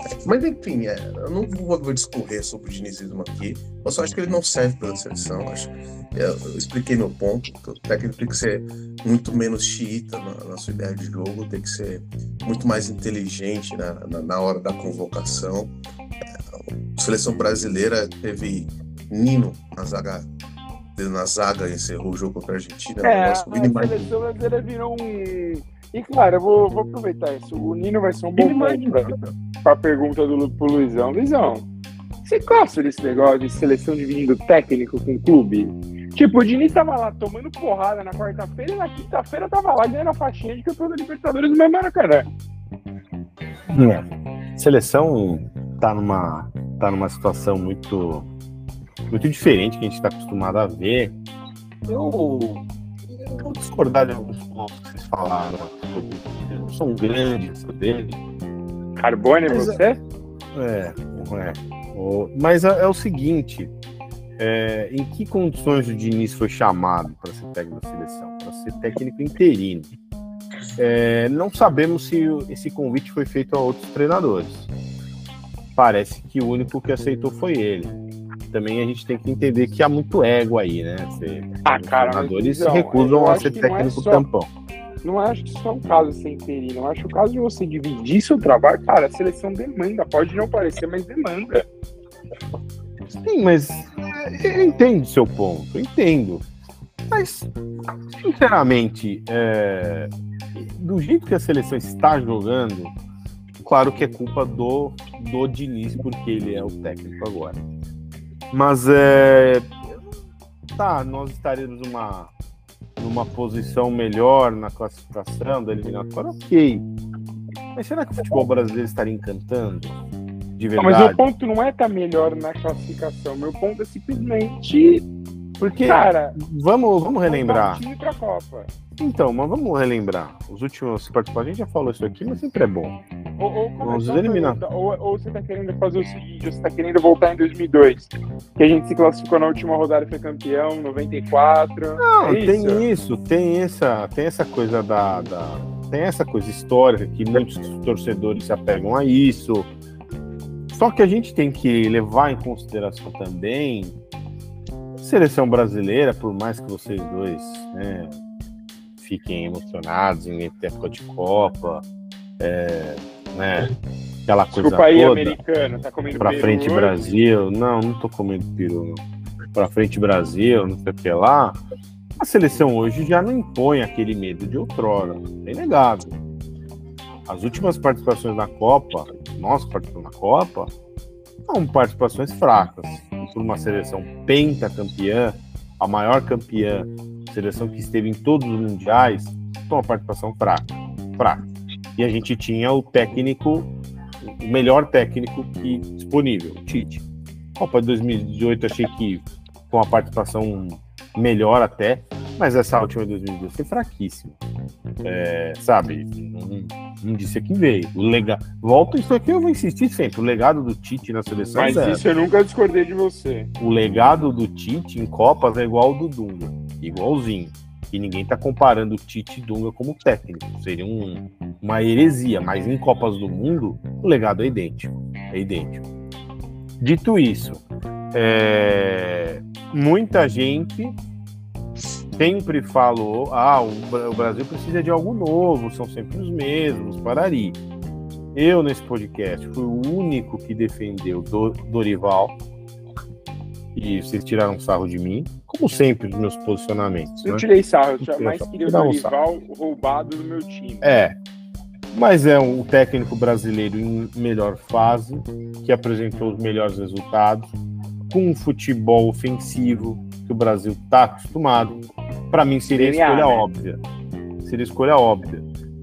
[SPEAKER 3] Mas enfim, é, eu não vou discorrer sobre o dinizismo aqui. Eu só acho que ele não serve pela seleção. Acho, eu, eu expliquei meu ponto. Que o técnico tem que ser muito menos xiita na, na sua ideia de jogo, tem que ser muito mais inteligente na, na, na hora da convocação. A seleção brasileira teve Nino na zaga, na zaga encerrou o jogo contra a Argentina.
[SPEAKER 1] É, a seleção brasileira virou um... E claro, eu vou, vou aproveitar isso. O Nino vai ser um bom ponto para a pergunta do pro Luizão. Luizão, você gosta desse negócio de seleção dividindo técnico com clube? Tipo, o Diniz tava lá tomando porrada na quarta-feira e na quinta-feira tava lá ganhando a faixinha de campeão da Libertadores no Maracanã.
[SPEAKER 2] É. Seleção tá numa, tá numa situação muito, muito diferente que a gente está acostumado a ver. Eu... Eu vou discordar de alguns pontos que vocês falaram. Eu não sou um grande fã dele.
[SPEAKER 1] Carbone,
[SPEAKER 2] mas,
[SPEAKER 1] você?
[SPEAKER 2] É, não é. O, mas é, é o seguinte: é, em que condições o Diniz foi chamado para ser técnico da seleção? Para ser técnico interino. É, não sabemos se esse convite foi feito a outros treinadores. Parece que o único que aceitou foi ele. Também a gente tem que entender que há muito ego aí, né? Você,
[SPEAKER 1] ah,
[SPEAKER 2] os
[SPEAKER 1] cara,
[SPEAKER 2] treinadores
[SPEAKER 1] mas,
[SPEAKER 2] se recusam a ser técnico
[SPEAKER 1] é só,
[SPEAKER 2] tampão.
[SPEAKER 1] Não acho que isso é um caso sem interino. Eu acho que o caso de você dividir seu trabalho, cara, a seleção demanda. Pode não parecer, mas demanda.
[SPEAKER 2] Sim, mas eu entendo o seu ponto, eu entendo. Mas, sinceramente, é, do jeito que a seleção está jogando, claro que é culpa do, do Diniz, porque ele é o técnico agora. Mas é, tá, nós estaremos numa, numa posição melhor na classificação da eliminatória, ok. Mas será que o futebol brasileiro estaria encantando? De verdade?
[SPEAKER 1] Não, mas o ponto não é estar melhor na classificação. Meu ponto é simplesmente...
[SPEAKER 2] Porque,
[SPEAKER 1] cara,
[SPEAKER 2] vamos, vamos relembrar.
[SPEAKER 1] Um time pra Copa.
[SPEAKER 2] Então, mas vamos relembrar. Os últimos participantes, a gente já falou isso aqui, mas sempre é bom.
[SPEAKER 1] Ou, ou,
[SPEAKER 2] vamos eliminar.
[SPEAKER 1] Ou, ou você tá querendo fazer o seguinte, você tá querendo voltar em dois mil e dois, que a gente se classificou na última rodada e foi campeão, noventa e quatro.
[SPEAKER 2] Não,
[SPEAKER 1] é
[SPEAKER 2] tem
[SPEAKER 1] isso?
[SPEAKER 2] isso, tem essa, tem essa coisa da, da... Tem essa coisa histórica que muitos torcedores se apegam a isso. Só que a gente tem que levar em consideração também a seleção brasileira, por mais que vocês dois, né, fiquem emocionados em época de Copa, é, né, aquela coisa
[SPEAKER 1] Desculpa aí,
[SPEAKER 2] toda,
[SPEAKER 1] americano, tá comendo
[SPEAKER 2] pra
[SPEAKER 1] peru
[SPEAKER 2] frente
[SPEAKER 1] hoje?
[SPEAKER 2] Brasil, não, não tô comendo peru, não. Pra frente Brasil, não sei o que lá, a seleção hoje já não impõe aquele medo de outrora, é inegável. As últimas participações na Copa, nós participamos na Copa, são participações fracas. Por uma seleção pentacampeã, a maior campeã, seleção que esteve em todos os mundiais, foi uma participação fraca. fraca. E a gente tinha o técnico, o melhor técnico que, disponível, o Tite. Copa de dois mil e dezoito, achei que com a participação melhor até, mas essa última de dois mil e dezoito foi fraquíssima. É, sabe, não, não disse aqui veio. O lega... Volto isso aqui, eu vou insistir sempre. O legado do Tite na seleção.
[SPEAKER 1] Mas
[SPEAKER 2] zero.
[SPEAKER 1] Isso eu nunca discordei de você.
[SPEAKER 2] O legado do Tite em Copas é igual ao do Dunga, igualzinho. E ninguém tá comparando o Tite e Dunga como técnico. Seria um, uma heresia, mas em Copas do Mundo, o legado é idêntico. É idêntico. Dito isso, é... muita gente sempre falou, ah, o Brasil precisa de algo novo, são sempre os mesmos, parari. Eu, nesse podcast, fui o único que defendeu do Dorival, e vocês tiraram sarro de mim, como sempre, nos meus posicionamentos.
[SPEAKER 1] Eu
[SPEAKER 2] né?
[SPEAKER 1] tirei sarro, eu
[SPEAKER 2] Eu
[SPEAKER 1] jamais
[SPEAKER 2] só-
[SPEAKER 1] queria o
[SPEAKER 2] dá um
[SPEAKER 1] Dorival roubado do meu time.
[SPEAKER 2] É, mas é um técnico brasileiro em melhor fase, que apresentou os melhores resultados, com um futebol ofensivo que o Brasil está acostumado. Para mim seria a
[SPEAKER 1] D N A,
[SPEAKER 2] escolha
[SPEAKER 1] né?
[SPEAKER 2] óbvia. Seria a escolha óbvia.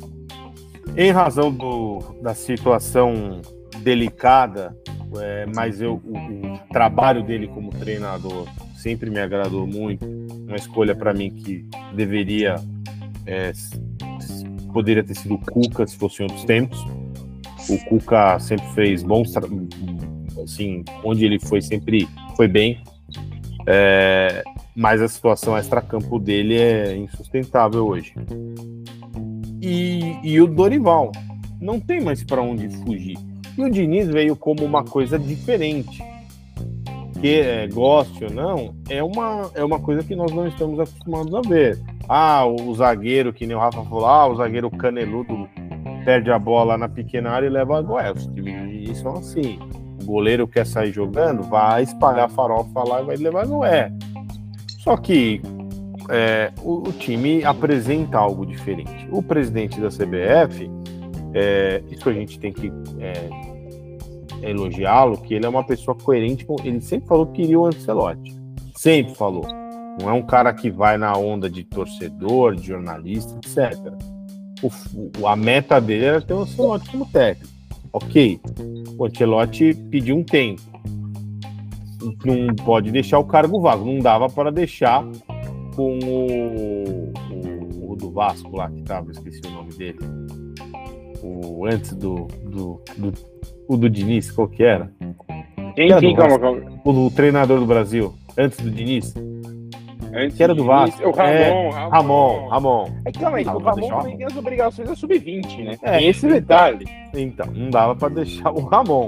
[SPEAKER 2] Em razão do, da situação delicada, é, mas eu, o, o trabalho dele como treinador sempre me agradou muito. Uma escolha para mim que deveria é, s- s- poderia ter sido o Cuca se fosse em outros tempos. O Cuca sempre fez bons tra- assim, onde ele foi sempre foi bem. É, mas a situação extracampo dele é insustentável hoje. E, e o Dorival não tem mais para onde fugir. E o Diniz veio como uma coisa diferente. Que, é, goste ou não, é uma, é uma coisa que nós não estamos acostumados a ver. Ah, o, o zagueiro, que nem o Rafa falou, ah, o zagueiro caneludo perde a bola na pequena área e leva a gol. É, os times são assim. O goleiro quer sair jogando, vai espalhar a farofa lá e vai levar a gol. É. Só que é, o, o time apresenta algo diferente. O presidente da C B F, é, isso a gente tem que é, elogiá-lo, que ele é uma pessoa coerente. Com, ele sempre falou que queria o Ancelotti. Sempre falou. Não é um cara que vai na onda de torcedor, de jornalista, etcétera. O, a meta dele era ter o Ancelotti como técnico. Ok. O Ancelotti pediu um tempo. Não pode deixar o cargo vago. Não dava para deixar com o, o, o do Vasco lá, que tava, esqueci o nome dele. O antes do, do, do o do Diniz, qual que era?
[SPEAKER 1] Quem, quem, calma, calma.
[SPEAKER 2] O, o treinador do Brasil, antes do Diniz.
[SPEAKER 1] Antes
[SPEAKER 2] que era do Vasco.
[SPEAKER 1] O Ramon,
[SPEAKER 2] é,
[SPEAKER 1] Ramon.
[SPEAKER 2] Ramon, Ramon.
[SPEAKER 1] É que calma aí,
[SPEAKER 2] Não,
[SPEAKER 1] o Ramon
[SPEAKER 2] deixar o
[SPEAKER 1] também tem as obrigações da sub vinte, né?
[SPEAKER 2] É,
[SPEAKER 1] tem esse detalhe.
[SPEAKER 2] Então, não dava para deixar o Ramon.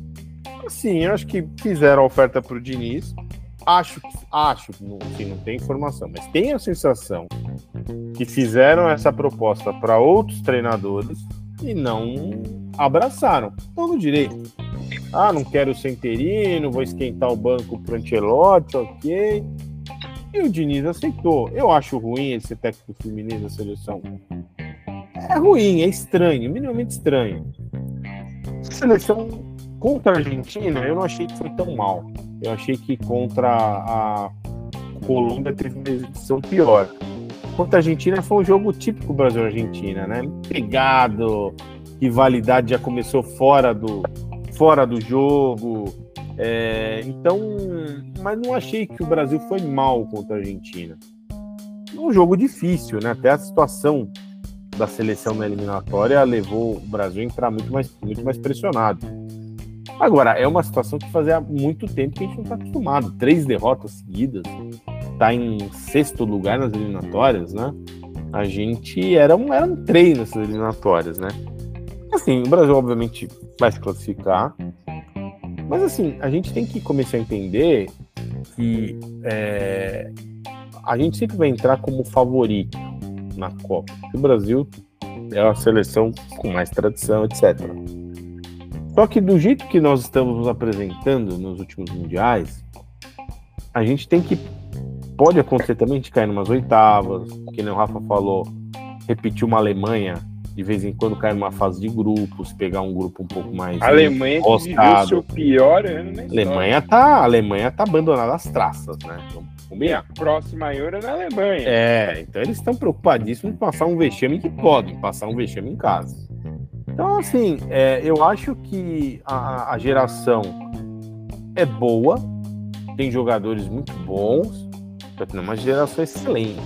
[SPEAKER 2] Assim, eu acho que fizeram a oferta pro Diniz. Acho, acho, não, assim, não tem informação, mas tenho a sensação que fizeram essa proposta para outros treinadores e não abraçaram. Estão no direito. Ah, não quero ser interino, vou esquentar o banco pro Ancelotti, ok. E o Diniz aceitou. Eu acho ruim ele ser técnico feminino da seleção. É ruim, é estranho, minimamente estranho. A seleção contra a Argentina, eu não achei que foi tão mal. Eu achei que contra a Colômbia teve uma exibição pior. Contra a Argentina foi um jogo típico Brasil-Argentina, né? Pegado, rivalidade já começou fora do, fora do jogo. É, então, mas não achei que o Brasil foi mal contra a Argentina. Um jogo difícil, né? Até a situação da seleção na eliminatória levou o Brasil a entrar muito mais, muito mais pressionado. Agora, é uma situação que fazia muito tempo que a gente não está acostumado. Três derrotas seguidas, tá em sexto lugar nas eliminatórias, né? A gente era um, eram três nessas eliminatórias, né? Assim, o Brasil obviamente vai se classificar, mas assim, a gente tem que começar a entender que é, a gente sempre vai entrar como favorito na Copa. O Brasil é uma seleção com mais tradição, etcétera. Só que do jeito que nós estamos nos apresentando nos últimos mundiais, a gente tem que... Pode acontecer também de cair em umas oitavas, que nem o Rafa falou, repetir uma Alemanha, de vez em quando cair numa fase de grupos, pegar um grupo um pouco mais...
[SPEAKER 1] A Alemanha que viveu o seu pior ano na história.
[SPEAKER 2] Alemanha tá, a Alemanha tá abandonada às traças, né? Então,
[SPEAKER 1] e a próxima Euro é na Alemanha.
[SPEAKER 2] É, então eles estão preocupadíssimos em passar um vexame, que podem passar um vexame em casa. Então, assim, é, eu acho que a, a geração é boa, tem jogadores muito bons, é uma geração excelente.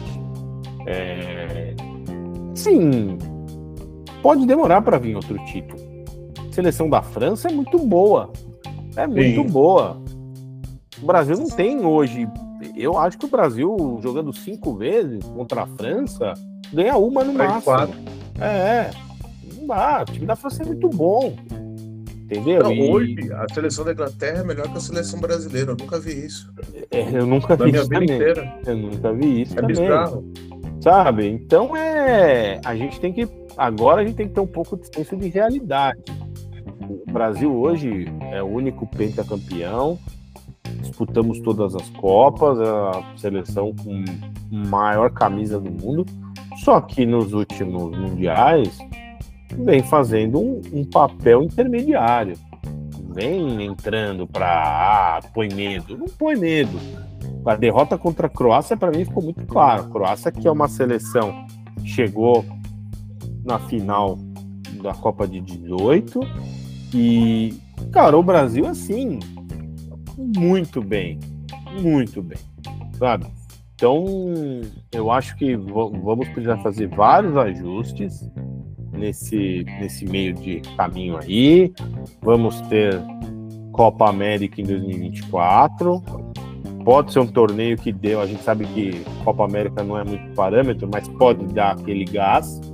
[SPEAKER 2] É, sim, pode demorar para vir outro título. A seleção da França é muito boa, é muito sim. boa. O Brasil não tem hoje... Eu acho que o Brasil, jogando cinco vezes contra a França, ganha uma no máximo. Quatro. É, não dá. O time da França é muito bom. Entendeu?
[SPEAKER 3] Não,
[SPEAKER 2] e...
[SPEAKER 3] Hoje, a seleção da Inglaterra é melhor que a seleção brasileira. Eu nunca vi isso.
[SPEAKER 2] É, eu nunca
[SPEAKER 3] Na
[SPEAKER 2] vi
[SPEAKER 3] minha
[SPEAKER 2] isso
[SPEAKER 3] vida
[SPEAKER 2] também.
[SPEAKER 3] inteira.
[SPEAKER 2] Eu nunca vi isso
[SPEAKER 3] é
[SPEAKER 2] também.
[SPEAKER 3] Bizarro.
[SPEAKER 2] Sabe? Então, é... A gente tem que... Agora a gente tem que ter um pouco de senso de realidade. O Brasil hoje é o único pentacampeão. Disputamos todas as Copas, a seleção com maior camisa do mundo, só que nos últimos mundiais vem fazendo um, um papel intermediário, vem entrando para ah, põe medo, não põe medo. A derrota contra a Croácia para mim ficou muito claro. A Croácia, que é uma seleção que chegou na final da Copa de dezoito e, cara, o Brasil assim muito bem, muito bem, sabe? Então, eu acho que v- vamos precisar fazer vários ajustes nesse, nesse meio de caminho aí. Vamos ter Copa América em dois mil e vinte e quatro. Pode ser um torneio que deu, a gente sabe que Copa América não é muito parâmetro, mas pode dar aquele gás.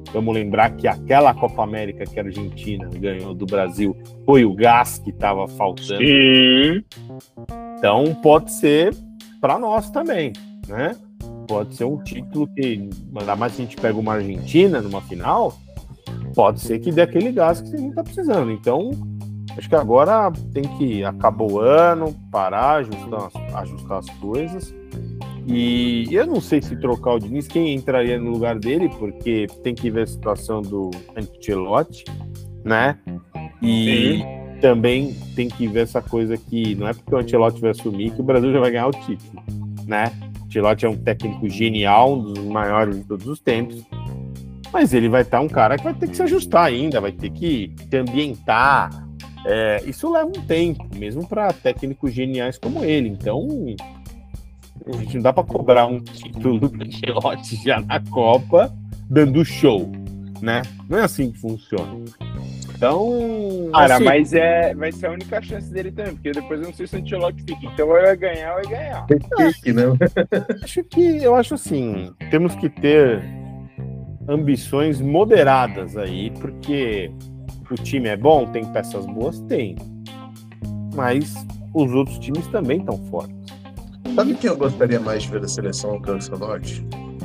[SPEAKER 2] Vamos lembrar que aquela Copa América que a Argentina ganhou do Brasil foi o gás que estava faltando.
[SPEAKER 1] Sim.
[SPEAKER 2] Então pode ser para nós também, né? Pode ser um título que, ainda mais se a gente pega uma Argentina numa final, pode ser que dê aquele gás que a gente está precisando. Então, acho que agora tem que acabar o ano, parar, ajustar, ajustar as coisas. E eu não sei se trocar o Diniz, quem entraria no lugar dele, porque tem que ver a situação do Ancelotti, né? E Sim. também tem que ver essa coisa que não é porque o Ancelotti vai assumir que o Brasil já vai ganhar o título, né? O Ancelotti é um técnico genial, um dos maiores de todos os tempos, mas ele vai estar um cara que vai ter que se ajustar ainda, vai ter que se ambientar. É, isso leva um tempo, mesmo para técnicos geniais como ele. Então, a gente não dá para cobrar um título do Ancelotti já na Copa, dando show, né? Não é assim que funciona. Então,
[SPEAKER 1] cara,
[SPEAKER 2] assim,
[SPEAKER 1] mas é, vai ser a única chance dele também, porque depois eu não sei se o Ancelotti fica. Então, ou vai ganhar ou vai ganhar.
[SPEAKER 3] Fique, né?
[SPEAKER 2] Acho que, eu acho assim, temos que ter ambições moderadas aí, porque o time é bom, tem peças boas, tem. Mas os outros times também estão fortes.
[SPEAKER 3] Sabe quem eu gostaria mais de ver da seleção que o Ancelotti?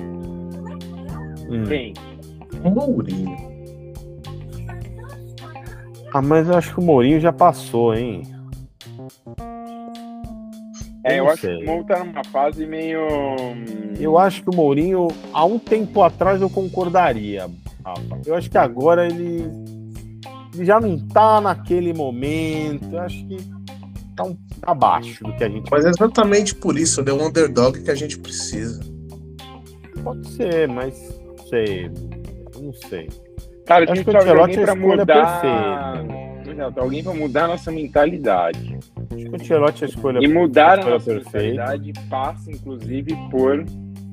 [SPEAKER 2] Hum.
[SPEAKER 1] Quem?
[SPEAKER 3] O Mourinho.
[SPEAKER 2] Ah, mas eu acho que o Mourinho já passou, hein?
[SPEAKER 1] É, eu
[SPEAKER 2] não
[SPEAKER 1] acho
[SPEAKER 2] sei.
[SPEAKER 1] que o Mou tá numa fase meio...
[SPEAKER 2] Eu acho que o Mourinho, há um tempo atrás eu concordaria, Rafa. Eu acho que agora ele, ele já não tá naquele momento. Eu acho que tá um abaixo do que a gente...
[SPEAKER 3] Mas é exatamente por isso, é o underdog que a gente precisa.
[SPEAKER 2] Pode ser, mas não sei. Não sei.
[SPEAKER 1] Cara,
[SPEAKER 2] Acho
[SPEAKER 1] a gente
[SPEAKER 2] que o
[SPEAKER 1] precisa de
[SPEAKER 2] Ancelotti
[SPEAKER 1] alguém
[SPEAKER 2] é
[SPEAKER 1] pra
[SPEAKER 2] a escolha
[SPEAKER 1] mudar... Exato, alguém pra mudar a nossa mentalidade.
[SPEAKER 2] Acho que o Ancelotti é a escolha,
[SPEAKER 1] E mudar a
[SPEAKER 2] escolha
[SPEAKER 1] nossa
[SPEAKER 2] perfeita.
[SPEAKER 1] mentalidade passa, inclusive, por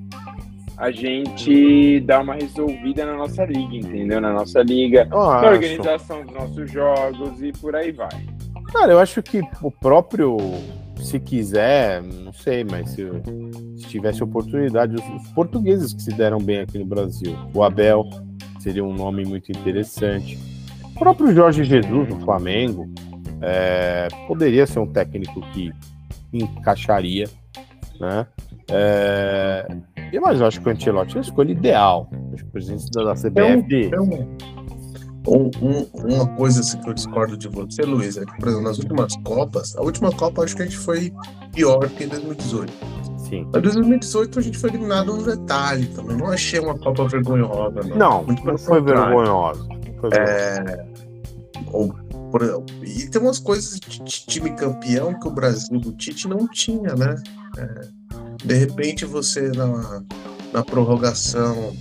[SPEAKER 1] a gente dar uma resolvida na nossa liga, entendeu? Na nossa liga,
[SPEAKER 2] Eu
[SPEAKER 1] na
[SPEAKER 2] acho.
[SPEAKER 1] organização dos nossos jogos e por aí vai.
[SPEAKER 2] Cara, eu acho que o próprio, se quiser, não sei, mas se, se tivesse oportunidade, os, os portugueses que se deram bem aqui no Brasil, o Abel seria um nome muito interessante. O próprio Jorge Jesus no Flamengo é, poderia ser um técnico que encaixaria, né? É, mas eu acho que o Ancelotti é a escolha ideal. Acho que o presidente da C B F...
[SPEAKER 3] É um, um, um, uma coisa assim, que eu discordo de você, Luiz, é que, por exemplo, nas últimas Copas, a última Copa acho que a gente foi pior que em dois mil e dezoito.
[SPEAKER 2] Sim.
[SPEAKER 3] Em dois mil e dezoito a gente foi eliminado no detalhe também. Não achei uma Copa vergonhosa, não.
[SPEAKER 2] Não,
[SPEAKER 3] Muito
[SPEAKER 2] não
[SPEAKER 3] pelo
[SPEAKER 2] foi
[SPEAKER 3] contrário.
[SPEAKER 2] vergonhosa. Foi
[SPEAKER 3] É... Ou, por exemplo, e tem umas coisas de time campeão que o Brasil do Tite não tinha, né? É, de repente você na, na prorrogação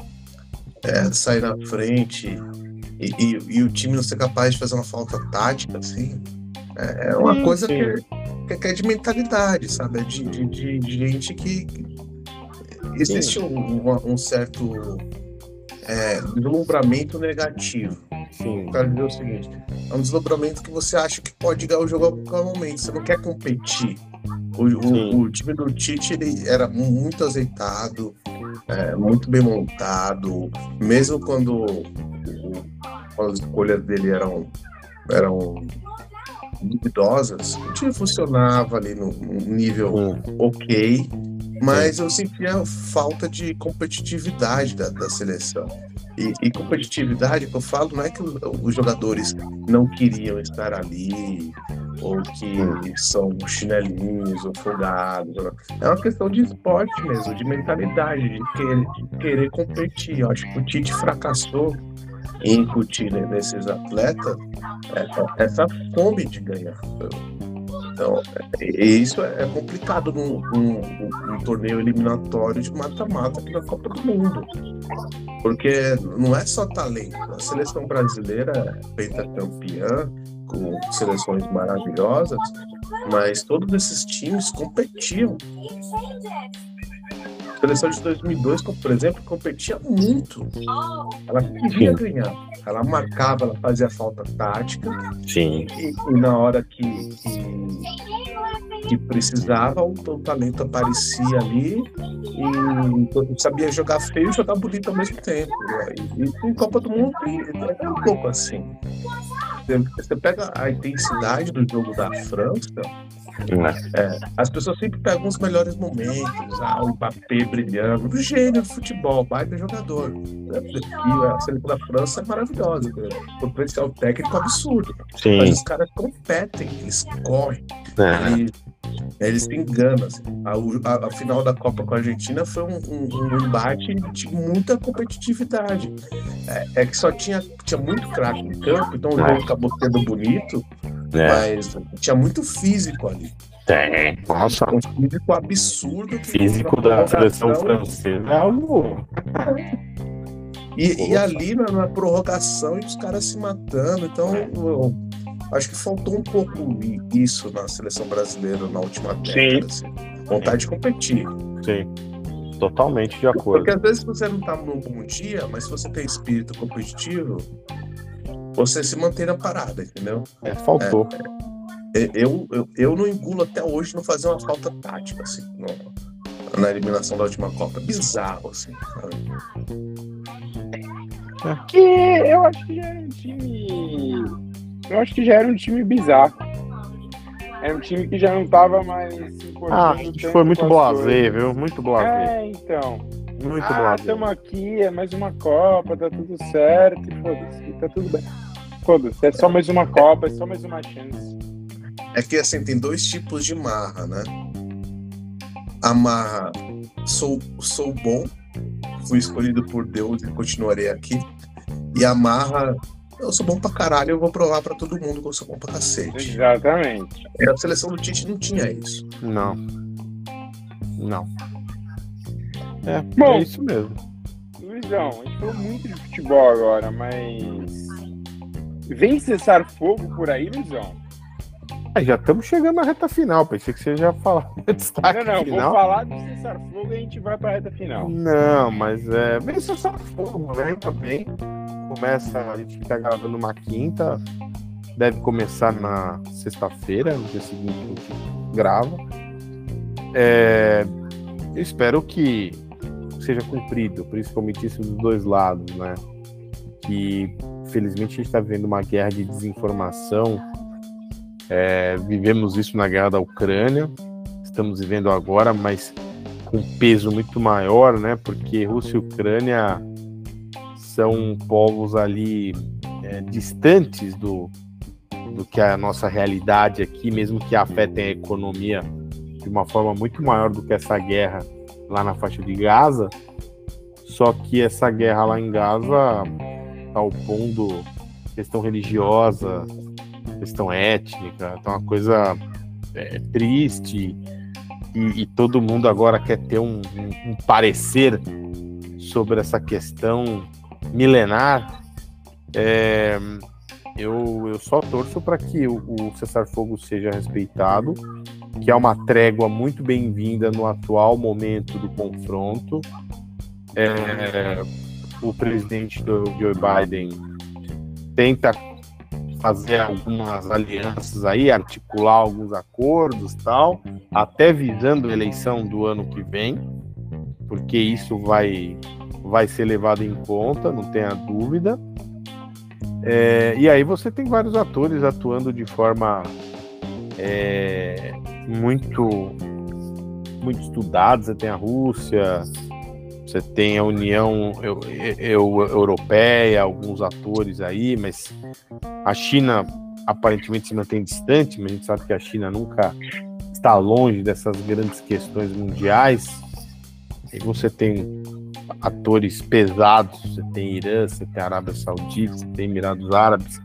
[SPEAKER 3] é, sair na frente e, e, e o time não ser capaz de fazer uma falta tática, assim, é, é uma
[SPEAKER 2] Sim,
[SPEAKER 3] coisa
[SPEAKER 2] sim.
[SPEAKER 3] que, que é de mentalidade, sabe? É de, de, de, de gente que existe um, um, um certo é, deslumbramento negativo.
[SPEAKER 2] Sim.
[SPEAKER 3] Eu quero dizer o seguinte: é um deslumbramento que você acha que pode ganhar o jogo a qualquer momento, você não quer competir. O, o, o time do Tite ele era muito azeitado, é, muito bem montado, mesmo quando o, as escolhas dele eram, eram duvidosas, o time funcionava ali no, no nível
[SPEAKER 2] Hum.
[SPEAKER 3] ok, mas eu sentia falta de competitividade da, da seleção. E, e competitividade que eu falo não é que os, os jogadores não queriam estar ali, ou que são chinelinhos ou folgados. É uma questão de esporte mesmo, de mentalidade, de querer, de querer competir. Eu acho que o Tite fracassou em incutir nesses atletas essa, essa fome de ganhar. Então, e isso é complicado num, num, num torneio eliminatório de mata-mata aqui na Copa do Mundo. Porque não é só talento. A seleção brasileira é pentacampeã, com seleções maravilhosas, mas todos esses times competiam. A seleção de dois mil e dois, por exemplo, competia muito. Ela queria ganhar. Ela marcava, ela fazia falta tática.
[SPEAKER 2] Sim.
[SPEAKER 3] E, e na hora que, que, que precisava, o, o talento aparecia ali e sabia jogar feio e jogar bonito ao mesmo tempo. E, e em Copa do Mundo é um pouco assim. Você pega a intensidade do jogo da França, é, as pessoas sempre pegam os melhores momentos, ah, o Mbappé brilhando, o gênio do futebol, baita jogador. E a seleção da França é maravilhosa, o potencial técnico absurdo.
[SPEAKER 2] Sim.
[SPEAKER 3] Mas os caras competem, eles correm,
[SPEAKER 2] É.
[SPEAKER 3] eles, eles se enganam. Assim. A, a, a final da Copa com a Argentina foi um, um, um embate de muita competitividade. É, é que só tinha, tinha muito craque em campo, então o jogo acabou sendo bonito. É. Mas tinha muito físico ali.
[SPEAKER 2] Tem, nossa.
[SPEAKER 3] Um físico absurdo. Que
[SPEAKER 2] físico da seleção francesa é algo.
[SPEAKER 3] E, e ali na, na prorrogação e os caras se matando. Então, eu, acho que faltou um pouco isso na seleção brasileira na última década. Assim. Vontade de competir.
[SPEAKER 2] Sim. Totalmente de acordo.
[SPEAKER 3] Porque às vezes você não tá num bom dia, mas se você tem espírito competitivo, você se mantém na parada, entendeu?
[SPEAKER 2] É, faltou.
[SPEAKER 3] É, eu, eu, eu não engulo até hoje não fazer uma falta tática, assim, no, na eliminação da última Copa. Bizarro, assim.
[SPEAKER 1] É. Que eu acho que já era um time. Eu acho que já era um time bizarro. Era um time que já não tava mais se importando.
[SPEAKER 2] Ah, a gente foi muito blasé, viu? Muito blasé.
[SPEAKER 1] É, então.
[SPEAKER 2] Muito
[SPEAKER 1] ah,
[SPEAKER 2] blasé.
[SPEAKER 1] Estamos aqui, é mais uma Copa, tá tudo certo, e foda-se, tá tudo bem. Foda-se, é só mais uma Copa, é só mais uma chance.
[SPEAKER 3] É que assim, tem dois tipos de marra, né? A marra, sou, sou bom, fui escolhido por Deus e continuarei aqui. E a marra, eu sou bom pra caralho, eu vou provar pra todo mundo que eu sou bom pra cacete.
[SPEAKER 1] Exatamente.
[SPEAKER 3] E a seleção do Tite não tinha isso.
[SPEAKER 2] Não. Não. É,
[SPEAKER 1] bom,
[SPEAKER 2] é isso mesmo.
[SPEAKER 1] Luizão, a gente falou muito de futebol agora, mas vem cessar fogo por aí, Luizão?
[SPEAKER 2] Ah, já estamos chegando na reta final. Pensei que você já falava destaque
[SPEAKER 1] Não, não,
[SPEAKER 2] final.
[SPEAKER 1] vou falar de cessar fogo e a gente vai pra reta final.
[SPEAKER 2] Não, mas é bem cessar fogo, né? Também começa, a gente fica gravando uma quinta, deve começar na sexta-feira, no dia seguinte a gente grava. É, eu espero que seja cumprido, principalmente isso dos dois lados, né? Que felizmente a gente está vivendo uma guerra de desinformação. É, vivemos isso na guerra da Ucrânia, estamos vivendo agora, mas com peso muito maior, né? Porque Rússia e Ucrânia são povos ali é, distantes do, do que é a nossa realidade aqui, mesmo que afetem a economia de uma forma muito maior do que essa guerra lá na faixa de Gaza. Só que essa guerra lá em Gaza está opondo questão religiosa, questão étnica, então é uma coisa é, triste e, e todo mundo agora quer ter um, um, um parecer sobre essa questão milenar. É, eu, eu só torço para que o, o cessar-fogo seja respeitado, que é uma trégua muito bem-vinda no atual momento do confronto. É, o presidente do Joe Biden tenta fazer algumas alianças aí, articular alguns acordos, tal, até visando a eleição do ano que vem, porque isso vai, vai ser levado em conta, não tenha dúvida. É, e aí você tem vários atores atuando de forma é, muito, muito estudada. Você tem a Rússia, você tem a União eu, eu, Europeia, alguns atores aí, mas a China aparentemente se mantém distante, mas a gente sabe que a China nunca está longe dessas grandes questões mundiais. E você tem atores pesados, você tem Irã, você tem Arábia Saudita, você tem Emirados Árabes.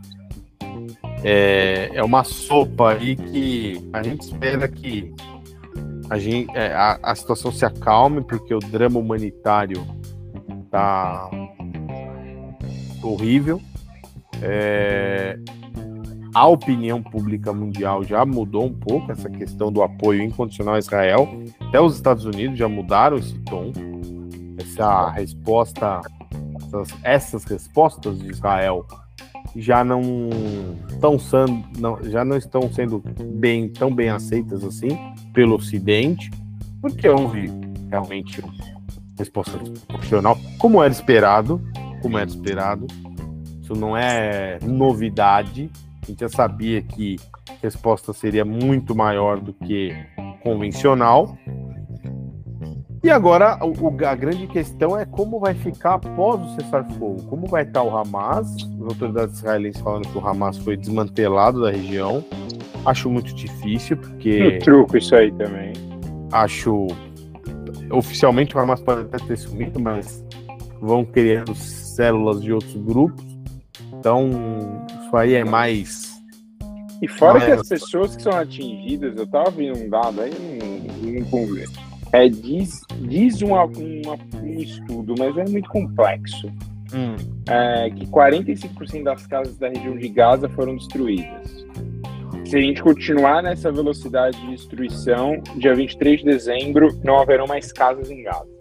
[SPEAKER 2] É, é uma sopa aí que a gente espera que a, gente, é, a, a situação se acalme, porque o drama humanitário tá horrível. É, a opinião pública mundial já mudou um pouco essa questão do apoio incondicional a Israel. Até os Estados Unidos já mudaram esse tom. Essa resposta, essas, essas respostas de Israel já não estão sendo, não, já não estão sendo bem, tão bem aceitas assim pelo Ocidente, porque houve realmente uma resposta desproporcional, como era esperado, como era esperado. Isso não é novidade. A gente já sabia que a resposta seria muito maior do que convencional. E agora o, a grande questão é como vai ficar após o cessar-fogo. Como vai estar o Hamas? As autoridades israelenses falando que o Hamas foi desmantelado da região. Acho muito difícil, porque...
[SPEAKER 1] No truco isso aí também.
[SPEAKER 2] Acho... Oficialmente o Hamas pode até ter sumido, mas vão criando células de outros grupos. Então, isso aí é mais...
[SPEAKER 1] E fora
[SPEAKER 2] mais...
[SPEAKER 1] que as pessoas que são atingidas, eu tava vendo um dado aí, não, não converso. É, diz diz uma, uma, um estudo, mas é muito complexo, hum. é, que quarenta e cinco por cento das casas da região de Gaza foram destruídas. Se a gente continuar nessa velocidade de destruição, dia vinte e três de dezembro não haverão mais casas em Gaza.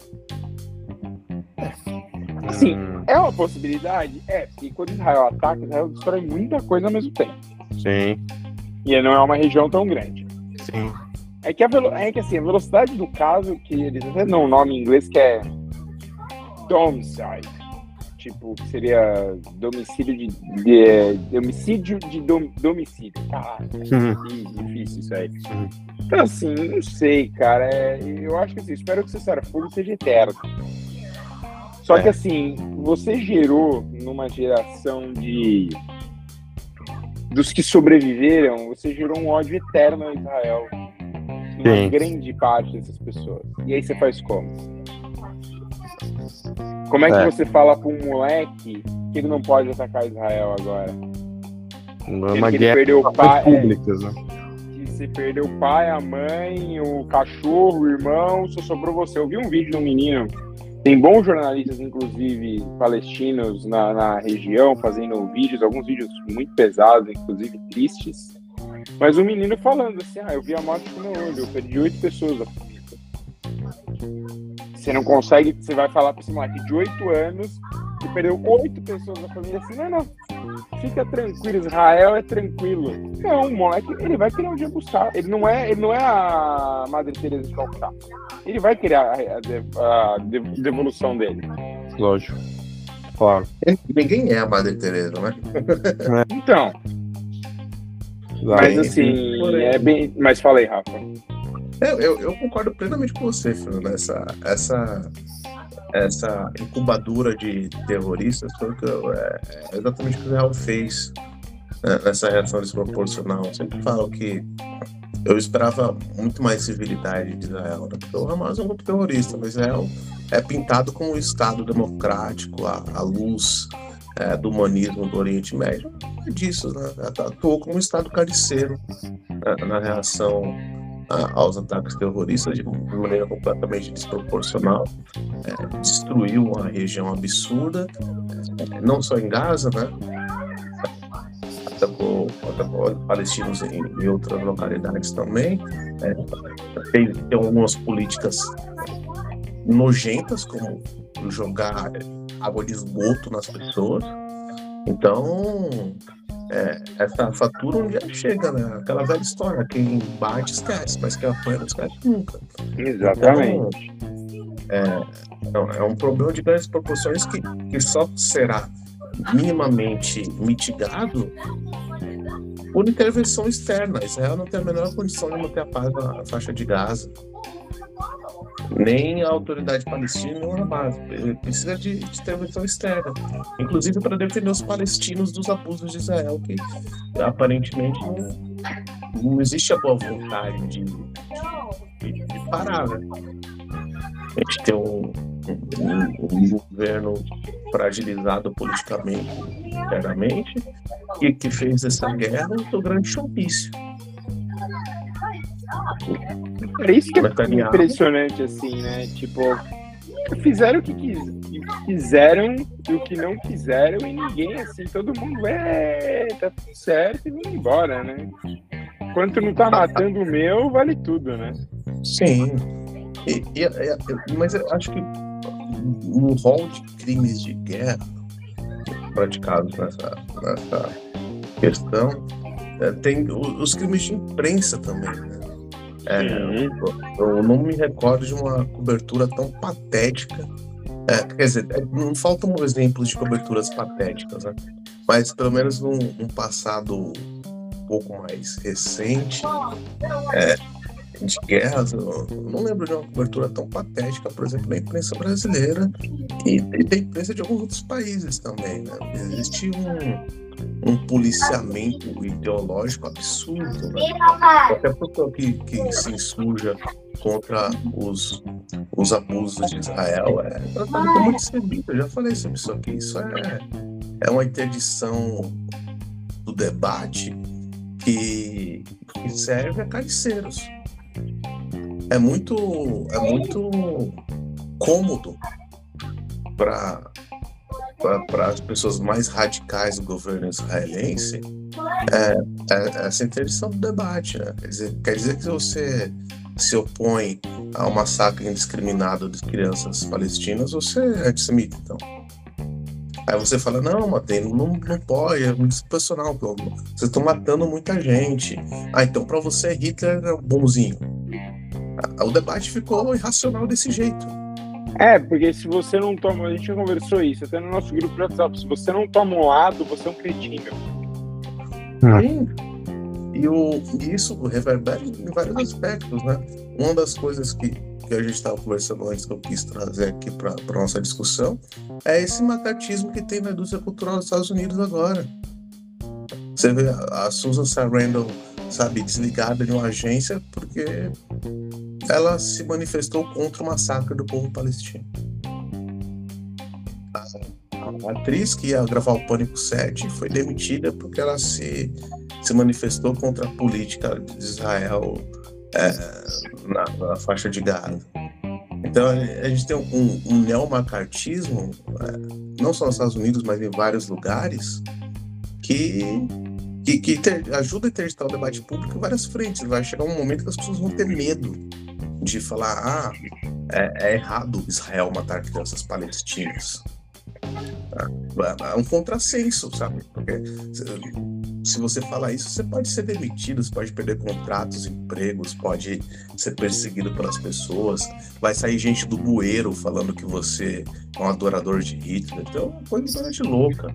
[SPEAKER 1] Assim, hum. é uma possibilidade? É, porque quando Israel ataca, Israel destrói muita coisa ao mesmo tempo.
[SPEAKER 2] Sim.
[SPEAKER 1] E não é uma região tão grande.
[SPEAKER 2] Sim.
[SPEAKER 1] É que, a velo... é que assim, a velocidade do caso, que eles até dão um nome em inglês que é domicide, tipo, que seria domicílio de, de, de homicídio de dom, domicílio. Caralho, uhum. é difícil isso aí. Uhum. Então assim, não sei, cara, é, eu acho que assim, espero que o cessar-fogo seja eterno. Só é. que assim, você gerou numa geração de dos que sobreviveram, você gerou um ódio eterno a Israel. Uma Sim. grande parte dessas pessoas. E aí você faz como? Como é que é. você fala para um moleque que ele não pode atacar Israel agora?
[SPEAKER 2] Uma ele, guerra perdeu o pai, públicas, é, né?
[SPEAKER 1] Você perdeu o pai, a mãe, o cachorro, o irmão, só sobrou você. Eu vi um vídeo de um menino, tem bons jornalistas, inclusive palestinos na, na região, fazendo vídeos, alguns vídeos muito pesados, inclusive tristes. Mas o menino falando assim, ah, eu vi a morte com o meu olho, eu perdi oito pessoas da família. Você não consegue, você vai falar pra esse moleque de oito anos que perdeu oito pessoas da família, assim, não, não, fica tranquilo, Israel é tranquilo. Não, o moleque, ele vai querer um dia buscar, ele não é, ele não é a Madre Teresa de Calcutá, ele vai querer a, a, a devolução dele.
[SPEAKER 2] Lógico, claro.
[SPEAKER 3] Ninguém é a Madre Teresa, né?
[SPEAKER 1] Então... Mas assim, é bem. Mas fala aí, Rafa.
[SPEAKER 3] Eu, eu, eu concordo plenamente com você, Fernando. Essa, essa, essa incubadora de terroristas foi é, é exatamente o que o Israel fez, né, nessa reação desproporcional. Eu sempre falo que eu esperava muito mais civilidade de Israel, né, porque o Hamas é um grupo terrorista, mas Israel é pintado como um Estado democrático, à, à luz É, do humanismo do Oriente Médio, é disso, né? Atuou como um Estado carniceiro, né, na reação a, aos ataques terroristas de maneira completamente desproporcional, é, destruiu uma região absurda, é, não só em Gaza, né? Atacou, atacou palestinos em, em outras localidades também, é, tem, tem algumas políticas nojentas, como jogar água de esgoto nas pessoas. Então, é, essa fatura um dia chega, né? Aquela velha história, quem bate esquece, mas quem apanha não esquece nunca.
[SPEAKER 1] Exatamente.
[SPEAKER 3] Então, é, é um problema de grandes proporções que, que só será minimamente mitigado por intervenção externa. Israel não tem a menor condição de manter a paz na faixa de Gaza. Nem a autoridade palestina, nem o Hamas. Ele precisa de, de intervenção externa, inclusive para defender os palestinos dos abusos de Israel, que aparentemente não, não existe a boa vontade de, de, de parar, né? A gente tem um, um, um governo fragilizado politicamente, internamente, e que fez essa guerra do grande chumbice.
[SPEAKER 1] É isso que é impressionante, assim, né? Tipo, fizeram o que quis, quiseram e o que não quiseram, e ninguém, assim, todo mundo, é, tá tudo certo e vamos embora, né? Enquanto não tá matando o meu, vale tudo, né?
[SPEAKER 3] Sim. E, e, e, mas eu acho que no rol de crimes de guerra, praticados nessa, nessa questão. É, tem os crimes de imprensa também, né? É, eu, eu não me recordo de uma cobertura tão patética. É, quer dizer, não faltam exemplos de coberturas patéticas, né? Mas pelo menos num, num passado um pouco mais recente, é, de guerras, eu não lembro de uma cobertura tão patética, por exemplo, da imprensa brasileira e, e da imprensa de alguns outros países também, né? Existe um, um policiamento ideológico absurdo, né? Qualquer pessoa que, que se insurja contra os, os abusos de Israel é tratado como antissemita. Eu já falei sobre isso aqui. Isso é, é uma interdição do debate que, que serve a carniceiros. É muito, é muito cômodo para para as pessoas mais radicais do governo israelense é, é essa interdição do debate, né? Quer dizer, quer dizer que você se opõe ao massacre indiscriminado de crianças palestinas, você é antissemita, então. Aí você fala, não, Matei, não, não pode, é muito desproporcional, vocês estão matando muita gente. Ah, então para você Hitler é bonzinho. O debate ficou irracional desse jeito.
[SPEAKER 1] É, porque se você não toma, a gente já conversou isso, até no nosso grupo de WhatsApp, se você não toma um lado, você é um cretino.
[SPEAKER 3] Sim. E o, isso reverbera em vários aspectos, né? Uma das coisas que, que a gente estava conversando antes, que eu quis trazer aqui para a nossa discussão, é esse macartismo que tem na indústria cultural dos Estados Unidos agora. Você vê a Susan Sarandon, sabe, desligada de uma agência porque ela se manifestou contra o massacre do povo palestino. A, a atriz que ia gravar o Pânico sete foi demitida porque ela se, se manifestou contra a política de Israel é, na, na faixa de Gaza. Então a gente tem um, um neomacartismo, é, não só nos Estados Unidos, mas em vários lugares, que que, que ter, ajuda a interditar o debate público em várias frentes. Vai chegar um momento que as pessoas vão ter medo de falar, ah, é, é errado Israel matar crianças palestinas. É, é um contrassenso, sabe? Porque se, se você falar isso, você pode ser demitido, você pode perder contratos, empregos, pode ser perseguido pelas pessoas, vai sair gente do bueiro falando que você é um adorador de Hitler. Então é uma coisa bastante louca.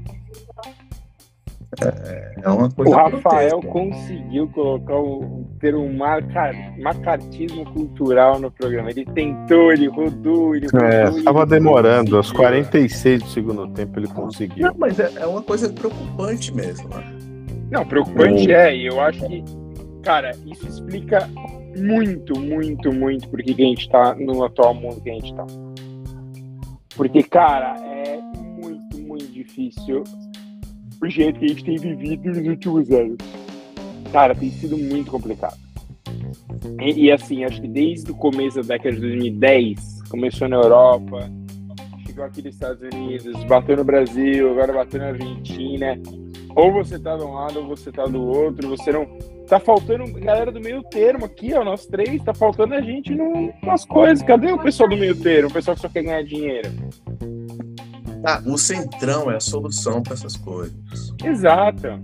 [SPEAKER 3] É, é uma coisa
[SPEAKER 1] o Rafael
[SPEAKER 3] grotesca.
[SPEAKER 1] Conseguiu colocar o, ter um marca, macartismo cultural no programa. Ele tentou, ele rodou, ele rodou.
[SPEAKER 2] É, tava demorando, aos
[SPEAKER 1] conseguiu.
[SPEAKER 2] quarenta e seis do segundo tempo ele conseguiu.
[SPEAKER 3] Não, mas é, é uma coisa preocupante mesmo, né?
[SPEAKER 1] Não, preocupante é, e eu acho que, cara, isso explica muito, muito, muito por que a gente tá no atual mundo que a gente tá. Porque, cara, é muito, muito difícil o jeito que a gente tem vivido nos últimos anos. Cara, tem sido muito complicado. E, e assim, acho que desde o começo da década de dois mil e dez, começou na Europa, chegou aqui nos Estados Unidos, bateu no Brasil, agora bateu na Argentina. Ou você tá de um lado ou você tá do outro, você não... Tá faltando galera do meio termo aqui, ó, nós três, tá faltando a gente no, nas coisas. Cadê o pessoal do meio termo? O pessoal que só quer ganhar dinheiro?
[SPEAKER 3] Ah, o centrão é a solução para essas coisas.
[SPEAKER 1] Exato.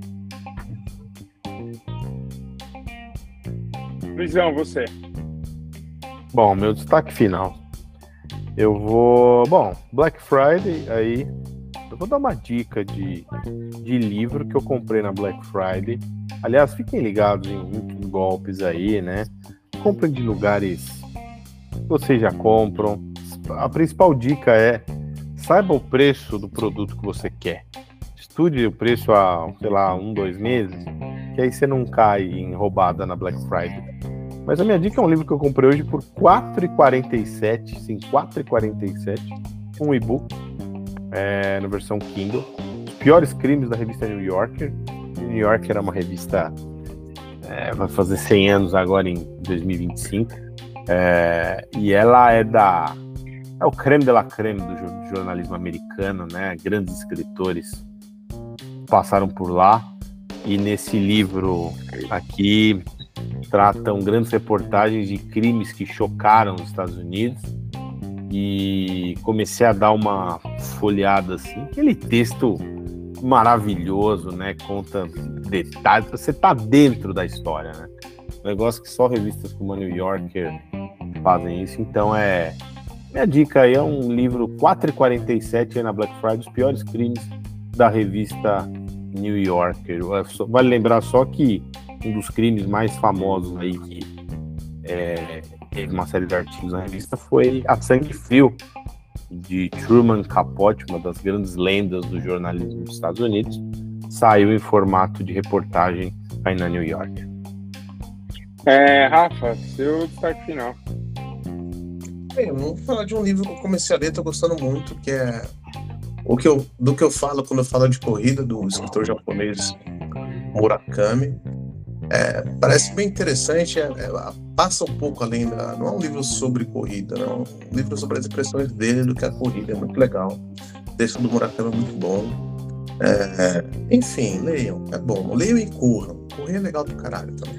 [SPEAKER 1] Luizão, você.
[SPEAKER 2] Bom, meu destaque final. Eu vou... Bom, Black Friday, aí... Eu vou dar uma dica de, de livro que eu comprei na Black Friday. Aliás, fiquem ligados em, em golpes aí, né? Comprem de lugares que vocês já compram. A principal dica é: saiba o preço do produto que você quer. Estude o preço há, sei lá, um, dois meses, que aí você não cai em roubada na Black Friday. Mas a minha dica é um livro que eu comprei hoje por quatro reais e quarenta e sete centavos, sim, quatro reais e quarenta e sete centavos, um e-book, é, na versão Kindle. Os piores crimes da revista New Yorker. New Yorker era uma revista, é, vai fazer cem anos agora em dois mil e vinte e cinco, é, e ela é da... É o creme de la creme do jornalismo americano, né? Grandes escritores passaram por lá, e nesse livro aqui tratam grandes reportagens de crimes que chocaram os Estados Unidos, e comecei a dar uma folheada assim, aquele texto maravilhoso, né? Conta detalhes, você tá dentro da história, né? Um negócio que só revistas como a New Yorker fazem isso, então é... Minha dica aí é um livro quatro e quarenta e sete aí na Black Friday, os piores crimes da revista New Yorker. Vale lembrar só que um dos crimes mais famosos aí que é, teve uma série de artigos na revista foi A Sangue Frio, de Truman Capote, uma das grandes lendas do jornalismo dos Estados Unidos. Saiu em formato de reportagem aí na New York.
[SPEAKER 1] É, Rafa, seu destaque final.
[SPEAKER 3] Bem, vamos falar de um livro que eu comecei a ler, tô gostando muito, que é o que eu, do que eu falo quando eu falo de corrida, do escritor japonês Murakami. É, parece bem interessante, é, é, passa um pouco além da... Não é um livro sobre corrida, não. É um livro sobre as impressões dele do que é a corrida, é muito legal. O texto do Murakami é muito bom. É, enfim, leiam, é bom. Leiam e corram. Correr é legal do caralho também.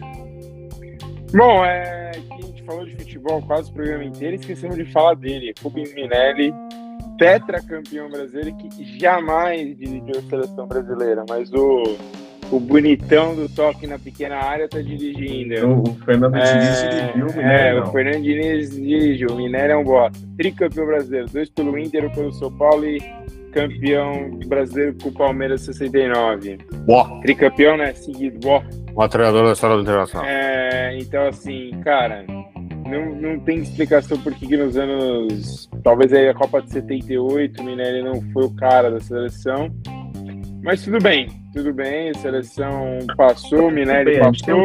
[SPEAKER 1] Bom, é, aqui a gente falou de futebol quase o programa inteiro, esquecemos de falar dele. Rubens Minelli, tetracampeão brasileiro, que jamais dirigiu a seleção brasileira, mas o, o bonitão do toque na pequena área tá dirigindo.
[SPEAKER 3] O Fernando
[SPEAKER 1] é,
[SPEAKER 3] Diniz dirigiu o Minelli.
[SPEAKER 1] É, o Fernando Diniz dirigiu, o Minelli é um bosta. Tricampeão brasileiro, dois pelo Inter, um pelo São Paulo e campeão brasileiro com o Palmeiras sessenta e nove.
[SPEAKER 2] Boa.
[SPEAKER 1] Tricampeão, né? Seguido, boa.
[SPEAKER 2] O treinador da história do Internacional.
[SPEAKER 1] É, então, assim, cara, não, não tem explicação por que nos anos... Talvez aí a Copa de setenta e oito, o Minelli não foi o cara da seleção. Mas tudo bem, tudo bem, a seleção passou, o Minelli passou.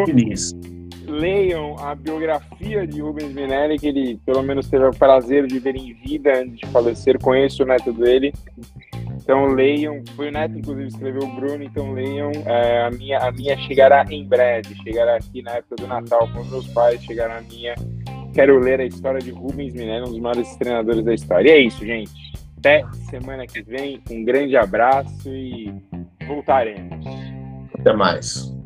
[SPEAKER 1] Leiam a biografia de Rubens Minelli, que ele pelo menos teve o prazer de ver em vida antes de falecer. Conheço o neto dele. Então leiam, foi o neto inclusive escreveu o Bruno, então leiam. É, a, minha, a minha chegará em breve, chegará aqui na época do Natal com os meus pais, chegará a minha. Quero ler a história de Rubens Minelli, um dos maiores treinadores da história. E é isso, gente. Até semana que vem, um grande abraço e voltaremos.
[SPEAKER 3] Até mais.